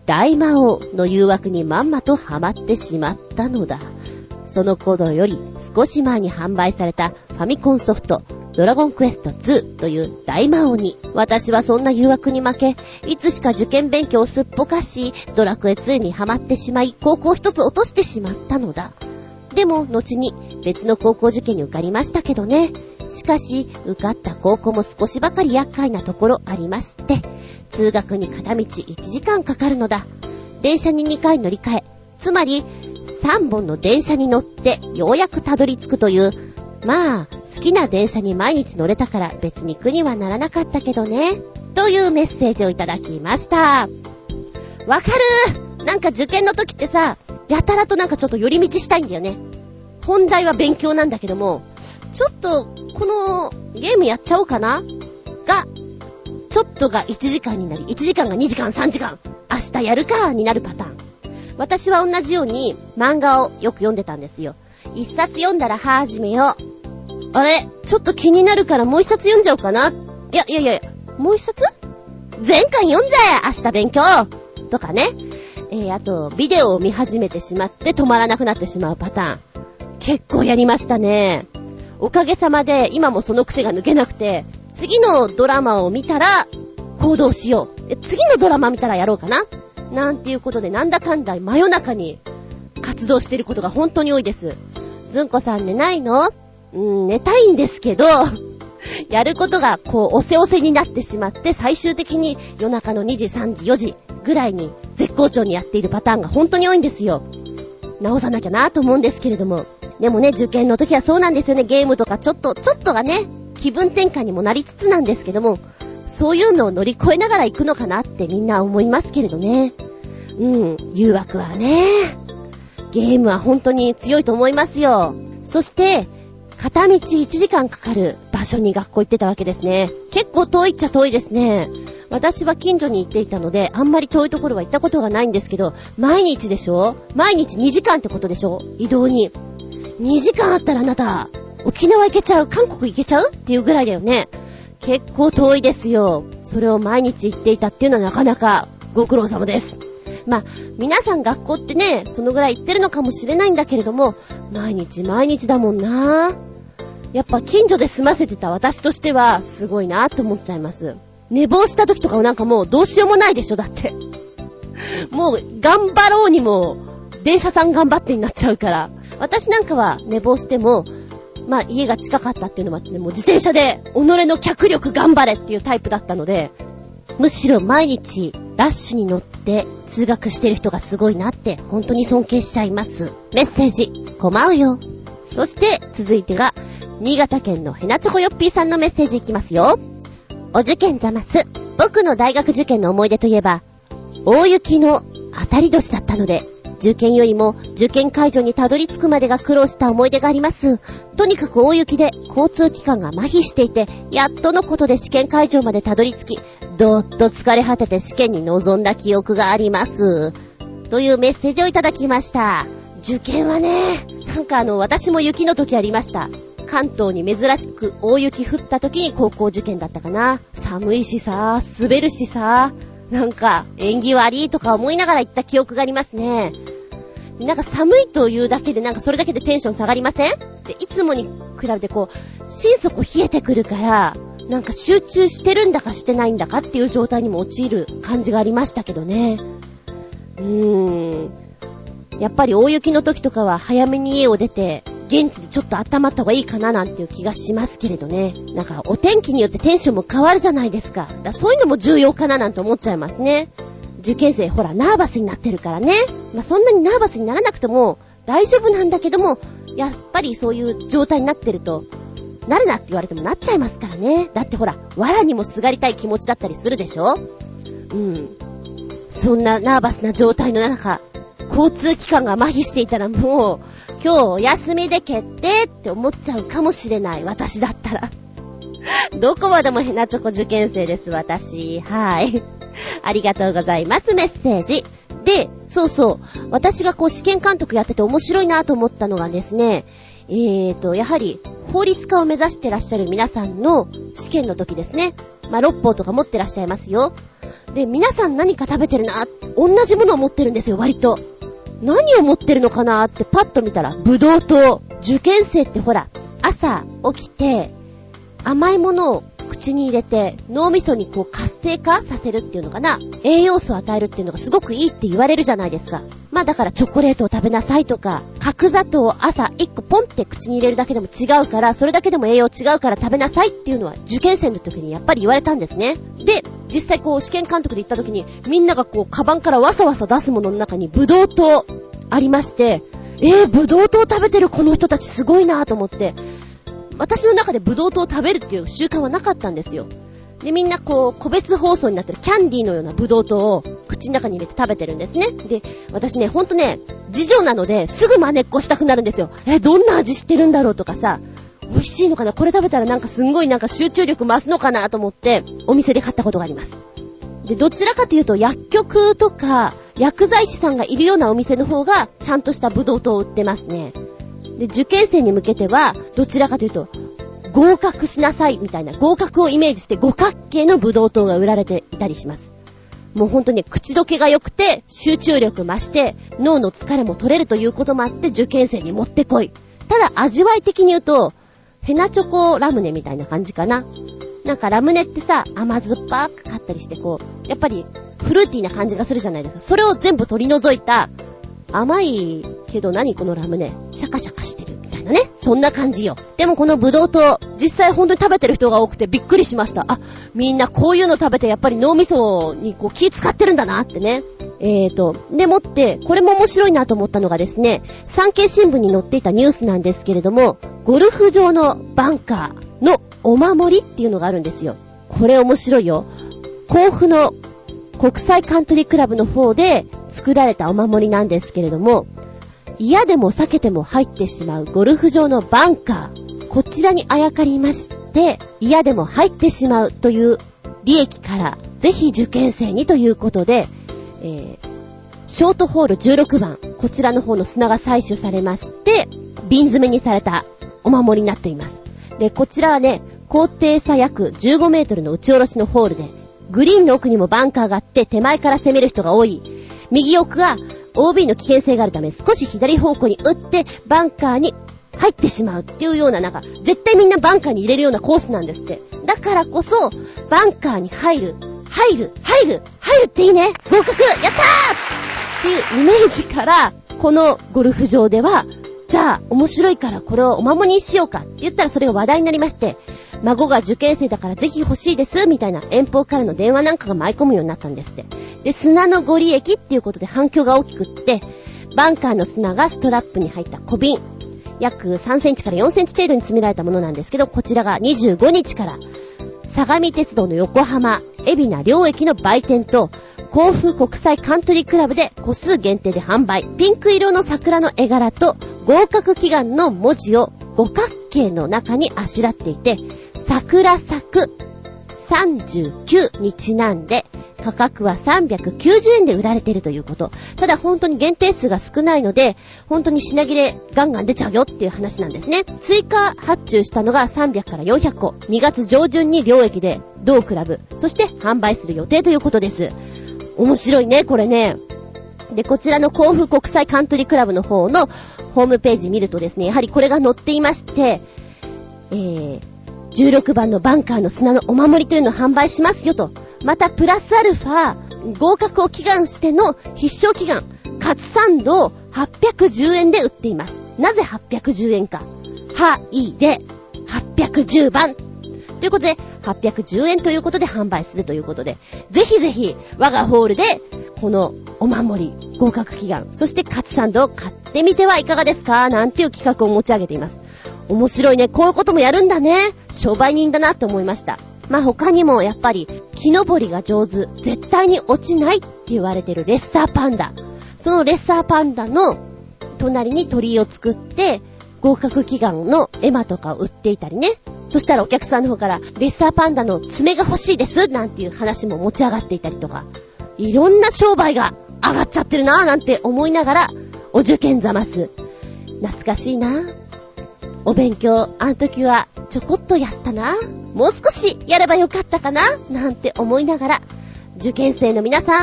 大魔王の誘惑にまんまとハマってしまったのだ。その頃より少し前に販売されたファミコンソフトドラゴンクエストツーという大魔王に、私はそんな誘惑に負け、いつしか受験勉強をすっぽかし、ドラクエツーにハマってしまい、高校一つ落としてしまったのだ。でも後に別の高校受験に受かりましたけどね。しかし受かった高校も少しばかり厄介なところありまして、通学に片道いちじかんかかるのだ。電車ににかい乗り換え、つまりさんぼんの電車に乗ってようやくたどり着くという、まあ好きな電車に毎日乗れたから別に苦にはならなかったけどね、というメッセージをいただきました。わかる。なんか受験の時ってさ、やたらとなんかちょっと寄り道したいんだよね。本題は勉強なんだけども、ちょっとこのゲームやっちゃおうかなが、ちょっとがいちじかんになり、いちじかんがにじかん、さんじかん、明日やるかになるパターン。私は同じように漫画をよく読んでたんですよ。一冊読んだら始めよう。あれちょっと気になるからもう一冊読んじゃおうかな。いやいやいや、もう一冊全巻読んじゃえ、明日勉強とかね。えー、あとビデオを見始めてしまって止まらなくなってしまうパターン、結構やりましたね。おかげさまで今もその癖が抜けなくて、次のドラマを見たら行動しよう、え次のドラマ見たらやろうかななんていうことで、なんだかんだ真夜中に活動していることが本当に多いです。ずんこさん寝ないの？うん、寝たいんですけどやることがこうおせおせになってしまって、最終的に夜中のにじ、さんじ、よじぐらいに絶好調にやっているパターンが本当に多いんですよ。直さなきゃなと思うんですけれども、でもね、受験の時はそうなんですよね。ゲームとかちょっとちょっとがね、気分転換にもなりつつなんですけども、そういうのを乗り越えながら行くのかなってみんな思いますけれどね。うん、誘惑はね、ゲームは本当に強いと思いますよ。そして片道いちじかんかかる場所に学校行ってたわけですね。結構遠いっちゃ遠いですね。私は近所に行っていたのであんまり遠いところは行ったことがないんですけど、毎日でしょ？毎日にじかんってことでしょ？移動ににじかんあったらあなた沖縄行けちゃう、韓国行けちゃうっていうぐらいだよね。結構遠いですよ。それを毎日行っていたっていうのはなかなかご苦労様です。まあ皆さん学校ってね、そのぐらい行ってるのかもしれないんだけれども、毎日毎日だもんな。やっぱ近所で済ませてた私としてはすごいなと思っちゃいます。寝坊した時とかはなんかもうどうしようもないでしょ。だってもう頑張ろうにも電車さん頑張ってになっちゃうから。私なんかは寝坊しても、まあ家が近かったっていうのもあって、ね、もう自転車で己の脚力頑張れっていうタイプだったので、むしろ毎日ラッシュに乗って通学してる人がすごいなって本当に尊敬しちゃいます。メッセージこまうよ。そして続いてが新潟県のヘナチョコヨッピーさんのメッセージいきますよ。お受験ざます。僕の大学受験の思い出といえば大雪の当たり年だったので、受験よりも受験会場にたどり着くまでが苦労した思い出があります。とにかく大雪で交通機関が麻痺していて、やっとのことで試験会場までたどり着き、どーっと疲れ果てて試験に臨んだ記憶があります。というメッセージをいただきました。受験はね、なんかあの私も雪の時ありました。関東に珍しく大雪降った時に高校受験だったかな。寒いしさ、滑るしさ、なんか縁起悪いとか思いながら行った記憶がありますね。なんか寒いというだけでなんかそれだけでテンション下がりません？で、いつもに比べてこう心底冷えてくるから、なんか集中してるんだかしてないんだかっていう状態にも陥る感じがありましたけどね。うーん、やっぱり大雪の時とかは早めに家を出て現地でちょっと温まった方がいいかななんていう気がしますけれどね。なんかお天気によってテンションも変わるじゃないですか。だそういうのも重要かななんて思っちゃいますね。受験生ほらナーバスになってるからね。まあそんなにナーバスにならなくても大丈夫なんだけども、やっぱりそういう状態になってると、なるなって言われてもなっちゃいますからね。だってほら藁にもすがりたい気持ちだったりするでしょ。うん。そんなナーバスな状態の中、交通機関が麻痺していたらもう今日お休みで決定って思っちゃうかもしれない。私だったらどこまでもヘナチョコ受験生です私。はいありがとうございます。メッセージで、そうそう、私がこう試験監督やってて面白いなと思ったのがですね、えーとやはり法律家を目指してらっしゃる皆さんの試験の時ですね。まあ六法とか持ってらっしゃいますよ。で、皆さん何か食べてるなっ同じものを持ってるんですよ、割と。何を持ってるのかなーってパッと見たら、ブドウ糖。受験生ってほら、朝起きて、甘いものを口に入れて、脳みそにこう活性化させるっていうのかな。栄養素を与えるっていうのがすごくいいって言われるじゃないですか。まあだからチョコレートを食べなさいとか、角砂糖を朝いっこポンって口に入れるだけでも違うから、それだけでも栄養違うから食べなさいっていうのは受験生の時にやっぱり言われたんですね。で、実際こう試験監督で行った時に、みんながこうカバンからわさわさ出すものの中にブドウ糖ありまして、えー、ブドウ糖食べてるこの人たちすごいなと思って、私の中でブドウ糖を食べるっていう習慣はなかったんですよ。で、みんなこう個別包装になってるキャンディーのようなブドウ糖を口の中に入れて食べてるんですね。で、私ね、ほんとね、次女なのですぐ真似っこしたくなるんですよ。え、どんな味してるんだろうとかさ、美味しいのかな、これ食べたらなんかすんごいなんか集中力増すのかなと思ってお店で買ったことがあります。で、どちらかというと薬局とか薬剤師さんがいるようなお店の方がちゃんとしたブドウ糖を売ってますね。で、受験生に向けてはどちらかというと合格しなさいみたいな、合格をイメージして五角形のブドウ糖が売られていたりします。もうほんとね、口どけが良くて集中力増して脳の疲れも取れるということもあって受験生にもってこい。ただ味わい的に言うとヘナチョコラムネみたいな感じかな。なんかラムネってさ、甘酸っぱく買ったりしてこう、やっぱりフルーティーな感じがするじゃないですか。それを全部取り除いた甘いけど何このラムネ、シャカシャカしてるみたいなね、そんな感じよ。でもこのブドウ糖、実際本当に食べてる人が多くてびっくりしました。あ、みんなこういうの食べてやっぱり脳みそにこう気使ってるんだなってね。えーと、でもって、これも面白いなと思ったのがですね、産経新聞に載っていたニュースなんですけれども、ゴルフ場のバンカーのお守りっていうのがあるんですよ。これ面白いよ。甲府の国際カントリークラブの方で作られたお守りなんですけれども、嫌でも避けても入ってしまうゴルフ場のバンカー、こちらにあやかりまして、嫌でも入ってしまうという利益からぜひ受験生にということで、えー、ショートホールじゅうろくばん、こちらの方の砂が採取されまして瓶詰めにされたお守りになっています。で、こちらはね、高低差約じゅうごメートルの打ち下ろしのホールで、グリーンの奥にもバンカーがあって手前から攻める人が多い。右奥は オービー の危険性があるため少し左方向に打ってバンカーに入ってしまうっていうような、なんか絶対みんなバンカーに入れるようなコースなんですって。だからこそバンカーに入る入る入る入るっていいね、合格やったーっていうイメージから、このゴルフ場ではじゃあ面白いからこれをお守りにしようかって言ったら、それが話題になりまして、孫が受験生だからぜひ欲しいですみたいな遠方からの電話なんかが舞い込むようになったんですって。で、砂のご利益っていうことで反響が大きくって、バンカーの砂がストラップに入った小瓶、約さんセンチからよんセンチ程度に詰められたものなんですけど、こちらがにじゅうごにちから相模鉄道の横浜海老名両駅の売店と甲府国際カントリークラブで個数限定で販売。ピンク色の桜の絵柄と合格祈願の文字を五角形の中にあしらっていて、桜咲くさんじゅうきゅうにちなんで価格はさんびゃくきゅうじゅうえんで売られているということ。ただ本当に限定数が少ないので、本当に品切れガンガン出ちゃうよっていう話なんですね。追加発注したのがさんびゃくからよんひゃっこ、にがつ上旬に両駅で同クラブ、そして販売する予定ということです。面白いね、これね。で、こちらの甲府国際カントリークラブの方のホームページ見るとですね、やはりこれが載っていまして、えー、じゅうろくばんのバンカーの砂のお守りというのを販売しますよと。またプラスアルファ合格を祈願しての必勝祈願カツサンドをはっぴゃくじゅうえんで売っています。なぜはっぴゃくじゅうえんか。はいではっぴゃくじゅうばんということではっぴゃくじゅうえんということで販売するということで、ぜひぜひ我がホールでこのお守り、合格祈願、そしてカツサンドを買ってみてはいかがですか、なんていう企画を持ち上げています。面白いね、こういうこともやるんだね、商売人だなって思いました。まあ他にもやっぱり木登りが上手、絶対に落ちないって言われてるレッサーパンダ、そのレッサーパンダの隣に鳥居を作って合格祈願の絵馬とかを売っていたりね。そしたらお客さんの方からレッサーパンダの爪が欲しいですなんていう話も持ち上がっていたりとか、いろんな商売が上がっちゃってるなぁなんて思いながら、お受験ざます懐かしいな。お勉強あの時はちょこっとやったな、もう少しやればよかったかななんて思いながら、受験生の皆さん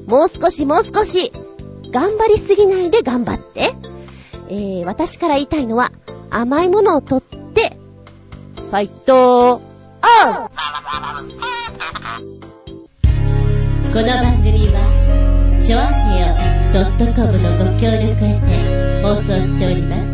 もう少しもう少し頑張りすぎないで頑張って。えー、私から言いたいのは、甘いものを取ってファイトオン。この番組はチョアヘオ .com のご協力へて放送しております。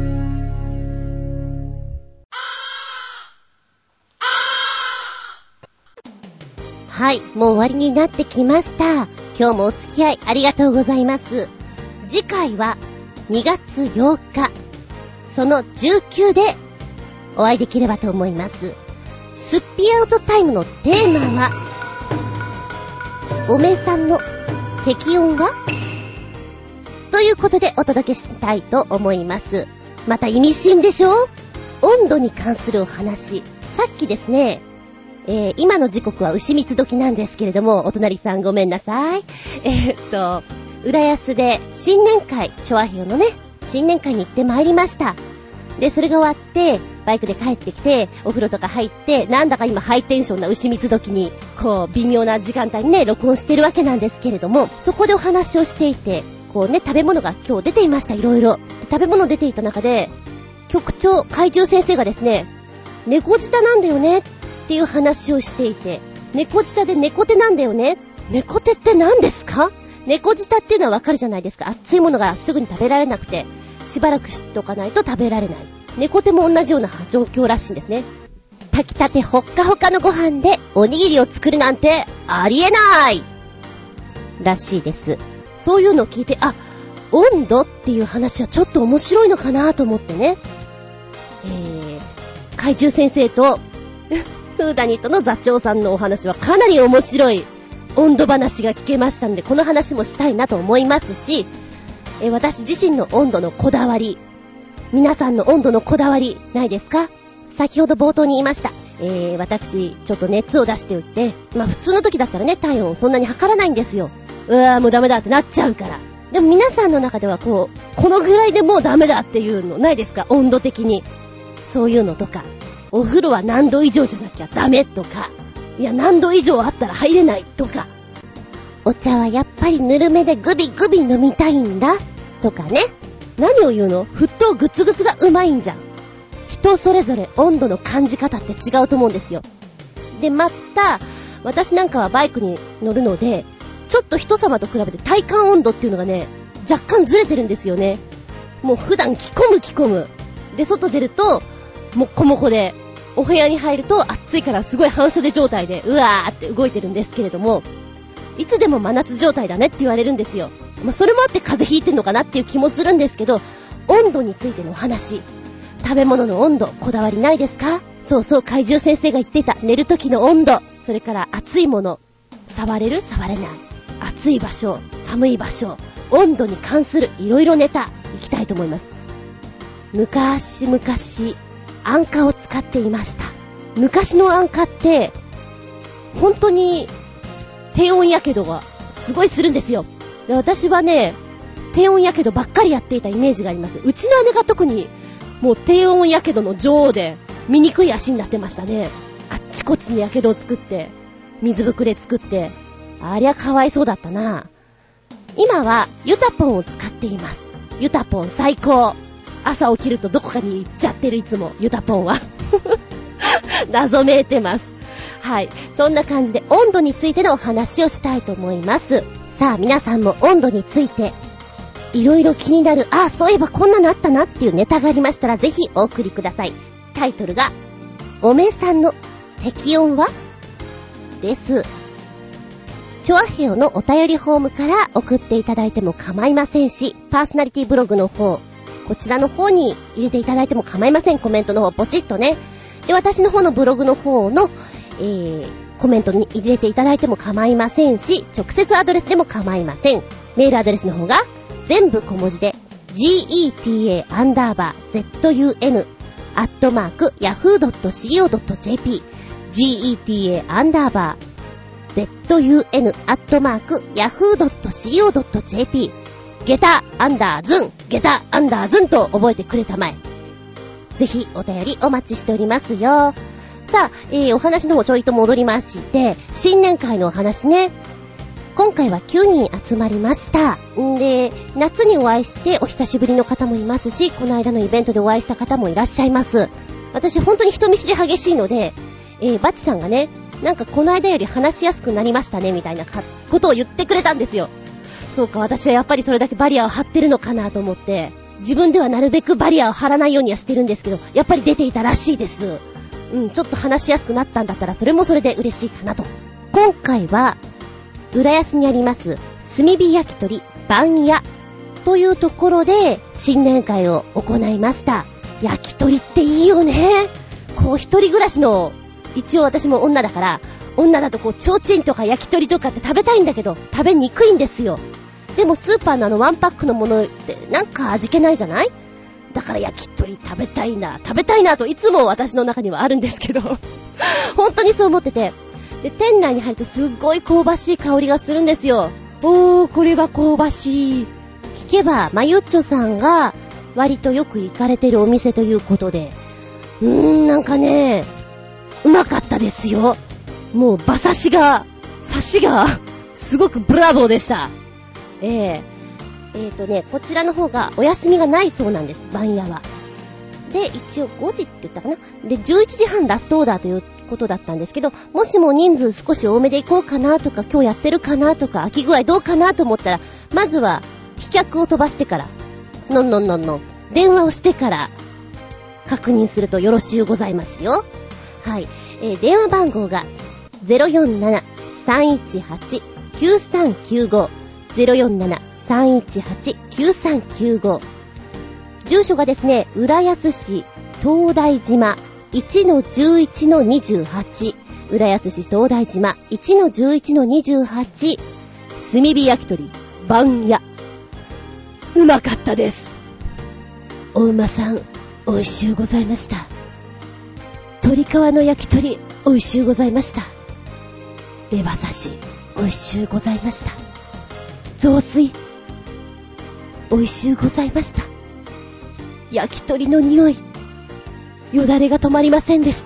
はい、もう終わりになってきました。今日もお付き合いありがとうございます。次回はにがつようか、そのじゅうくでお会いできればと思います。スッピーアウトタイムのテーマは、おめえさんの適温はということでお届けしたいと思います。また意味深でしょ？温度に関するお話。さっきですね、えー、今の時刻は牛蜜時なんですけれども、お隣さんごめんなさい。えー、っと浦安で新年会、チョアヘヨのね新年会に行ってまいりました。でそれが終わってバイクで帰ってきてお風呂とか入って、なんだか今ハイテンションな牛蜜時にこう微妙な時間帯にね録音してるわけなんですけれども、そこでお話をしていて、こうね食べ物が今日出ていました。いろいろ食べ物出ていた中で局長怪獣先生がですね、猫舌なんだよねっていう話をしていて、猫舌で猫手なんだよね。猫手って何ですか？猫舌っていうのはわかるじゃないですか。熱いものがすぐに食べられなくてしばらくしとかないと食べられない。猫手も同じような状況らしいんですね。炊きたてほっかほかのご飯でおにぎりを作るなんてありえないらしいです。そういうのを聞いて、あ、温度っていう話はちょっと面白いのかなと思ってね、えー、怪獣先生とフーダニットの座長さんのお話はかなり面白い温度話が聞けましたので、この話もしたいなと思いますし、えー、私自身の温度のこだわり、皆さんの温度のこだわりないですか？先ほど冒頭に言いました、えー、私ちょっと熱を出しておいて、まあ普通の時だったらね体温そんなに測らないんですよ。うわーもうダメだってなっちゃうから。でも皆さんの中ではこうこのぐらいでもうダメだっていうのないですか？温度的にそういうのとか、お風呂は何度以上じゃなきゃダメとか、いや何度以上あったら入れないとか、お茶はやっぱりぬるめでグビグビ飲みたいんだとかね。何を言うの？沸騰グツグツがうまいんじゃん。人それぞれ温度の感じ方って違うと思うんですよ。でまた私なんかはバイクに乗るので、ちょっと人様と比べて体感温度っていうのがね若干ずれてるんですよね。もう普段着込む着込むで外出るともっこもこで、お部屋に入ると暑いからすごい半袖状態でうわーって動いてるんですけれども、いつでも真夏状態だねって言われるんですよ。まあ、それもあって風邪ひいてんのかなっていう気もするんですけど、温度についてのお話、食べ物の温度こだわりないですか？そうそう、怪獣先生が言っていた寝る時の温度、それから暑いもの、触れる触れない、暑い場所寒い場所、温度に関するいろいろネタいきたいと思います。昔々安価を使っていました。昔の安価って本当に低温やけどがすごいするんですよ。で私はね低温やけどばっかりやっていたイメージがあります。うちの姉が特にもう低温やけどの女王で醜い足になってましたね。あっちこっちにやけどを作って水ぶくれ作って、ありゃかわいそうだったな。今はユタポンを使っています。ユタポン最高。朝起きるとどこかに行っちゃってる、いつもユタポンは謎めいてます。はい、そんな感じで温度についてのお話をしたいと思います。さあ皆さんも温度についていろいろ気になる、ああそういえばこんなのあったなっていうネタがありましたらぜひお送りください。タイトルがおめえさんの適温はです。チョアヘヨのお便りフォームから送っていただいても構いませんし、パーソナリティブログの方、こちらの方に入れていただいても構いません。コメントの方ポチッとね。で私の方のブログの方の、えー、コメントに入れていただいても構いませんし、直接アドレスでも構いません。メールアドレスの方が全部小文字で geta アンダーバー zun アットマーク ヤフー ドット シーオー ドット ジェーピー geta アンダーバー zun アットマーク ヤフー ドット シーオー ドット ジェーピー ゲタアンダーズンゲタアンダーズンと覚えてくれたまえ。ぜひお便りお待ちしておりますよ。さあ、えー、お話の方ちょいと戻りまして、新年会のお話ね。 今回はきゅうにん集まりました。んで、夏にお会いしてお久しぶりの方もいますし、この間のイベントでお会いした方もいらっしゃいます。私本当に人見知り激しいので、えー、バチさんがね、なんかこの間より話しやすくなりましたねみたいなことを言ってくれたんですよ。そうか、私はやっぱりそれだけバリアを張ってるのかなと思って、自分ではなるべくバリアを張らないようにはしてるんですけど、やっぱり出ていたらしいです。うん、ちょっと話しやすくなったんだったらそれもそれで嬉しいかなと。今回は浦安にあります炭火焼き鳥番屋というところで新年会を行いました。焼き鳥っていいよね。こう一人暮らしの、一応私も女だから女だとこう提灯とか焼き鳥とかって食べたいんだけど食べにくいんですよ。でもスーパーのあのワンパックのものってなんか味気ないじゃない？だから焼き鳥食べたいな食べたいなといつも私の中にはあるんですけど本当にそう思ってて、で店内に入るとすっごい香ばしい香りがするんですよ。おー、これは香ばしい。聞けばマユッチョさんが割とよく行かれてるお店ということで、うーん、なんかねうまかったですよ。もう馬刺しが刺しがすごくブラボーでした。えー、えーとねこちらの方がお休みがないそうなんです、番屋は。で一応ごじって言ったかな。でじゅういちじはんラストオーダーということだったんですけど、もしも人数少し多めで行こうかなとか、今日やってるかなとか、空き具合どうかなと思ったら、まずは飛脚を飛ばしてからのんのんのんのん電話をしてから確認するとよろしゅうございますよ。はい、えー、電話番号が ゼロよんなな さんいちはち きゅうさんきゅうご ゼロよんなな さんいちはち きゅうさんきゅうご。住所がですね、浦安市東大島 いちのじゅういちのにじゅうはち、浦安市東大島 いちのじゅういちのにじゅうはち、炭火焼き鳥番屋。うまかったです。お馬さん美味しゅうございました。鶏皮の焼き鳥美味しゅうございました。レバ刺し美味しゅうございました。雑炊美味しゅうございました。焼き鳥の匂い、よだれが止まりませんでした。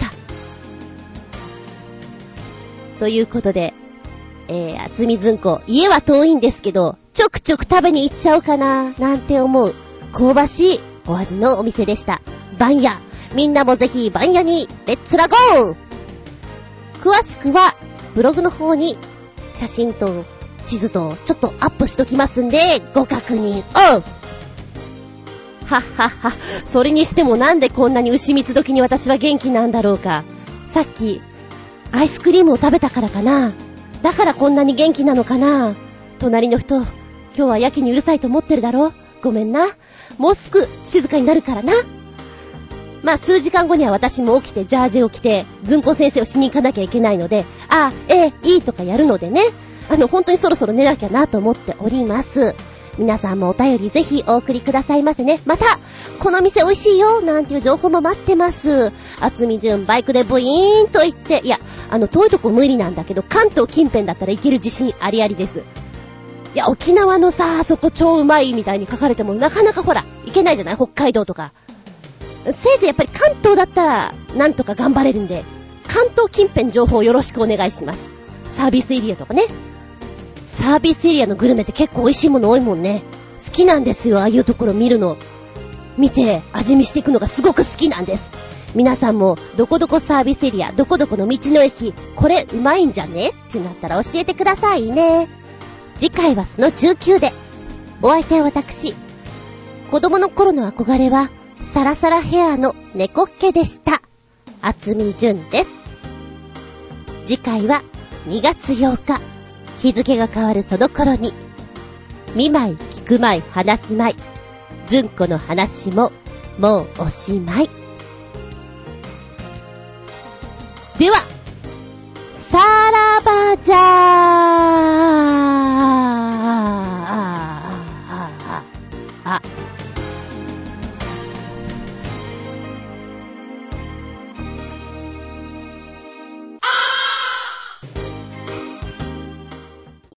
ということで、えー、厚みずんこ、家は遠いんですけどちょくちょく食べに行っちゃおうかななんて思う香ばしいお味のお店でした。番屋、みんなもぜひ番屋にレッツラゴー。詳しくはブログの方に写真と地図とちょっとアップしときますんでご確認を。はっはっは。それにしてもなんでこんなに牛蜜時に私は元気なんだろうか。さっきアイスクリームを食べたからかな。だからこんなに元気なのかな。隣の人今日はやけにうるさいと思ってるだろう。ごめんな。もうすぐ静かになるからな。まあ数時間後には私も起きてジャージを着てずんこ先生をしに行かなきゃいけないので、ああ、ええ、いいとかやるのでね、あの本当にそろそろ寝なきゃなと思っております。皆さんもお便りぜひお送りくださいませね。またこの店美味しいよなんていう情報も待ってます。厚み順バイクでブイーンと行って、いやあの遠いとこ無理なんだけど関東近辺だったら行ける自信ありありです。いや沖縄のさあそこ超うまいみたいに書かれてもなかなかほら行けないじゃない、北海道とか。せいぜいやっぱり関東だったらなんとか頑張れるんで、関東近辺情報よろしくお願いします。サービスエリアとかね。サービスエリアのグルメって結構美味しいもの多いもんね。好きなんですよ、ああいうところ見るの。見て味見していくのがすごく好きなんです。皆さんもどこどこサービスエリア、どこどこの道の駅、これうまいんじゃねってなったら教えてくださいね。次回はそのじゅうきゅうで。お相手は私。子供の頃の憧れはサラサラヘアの猫っ毛でした。厚み純です。次回はにがつようか、日付が変わるその頃に、見舞い聞く舞い話す舞い、ずんこの話ももうおしまい。ではさらばじゃーああ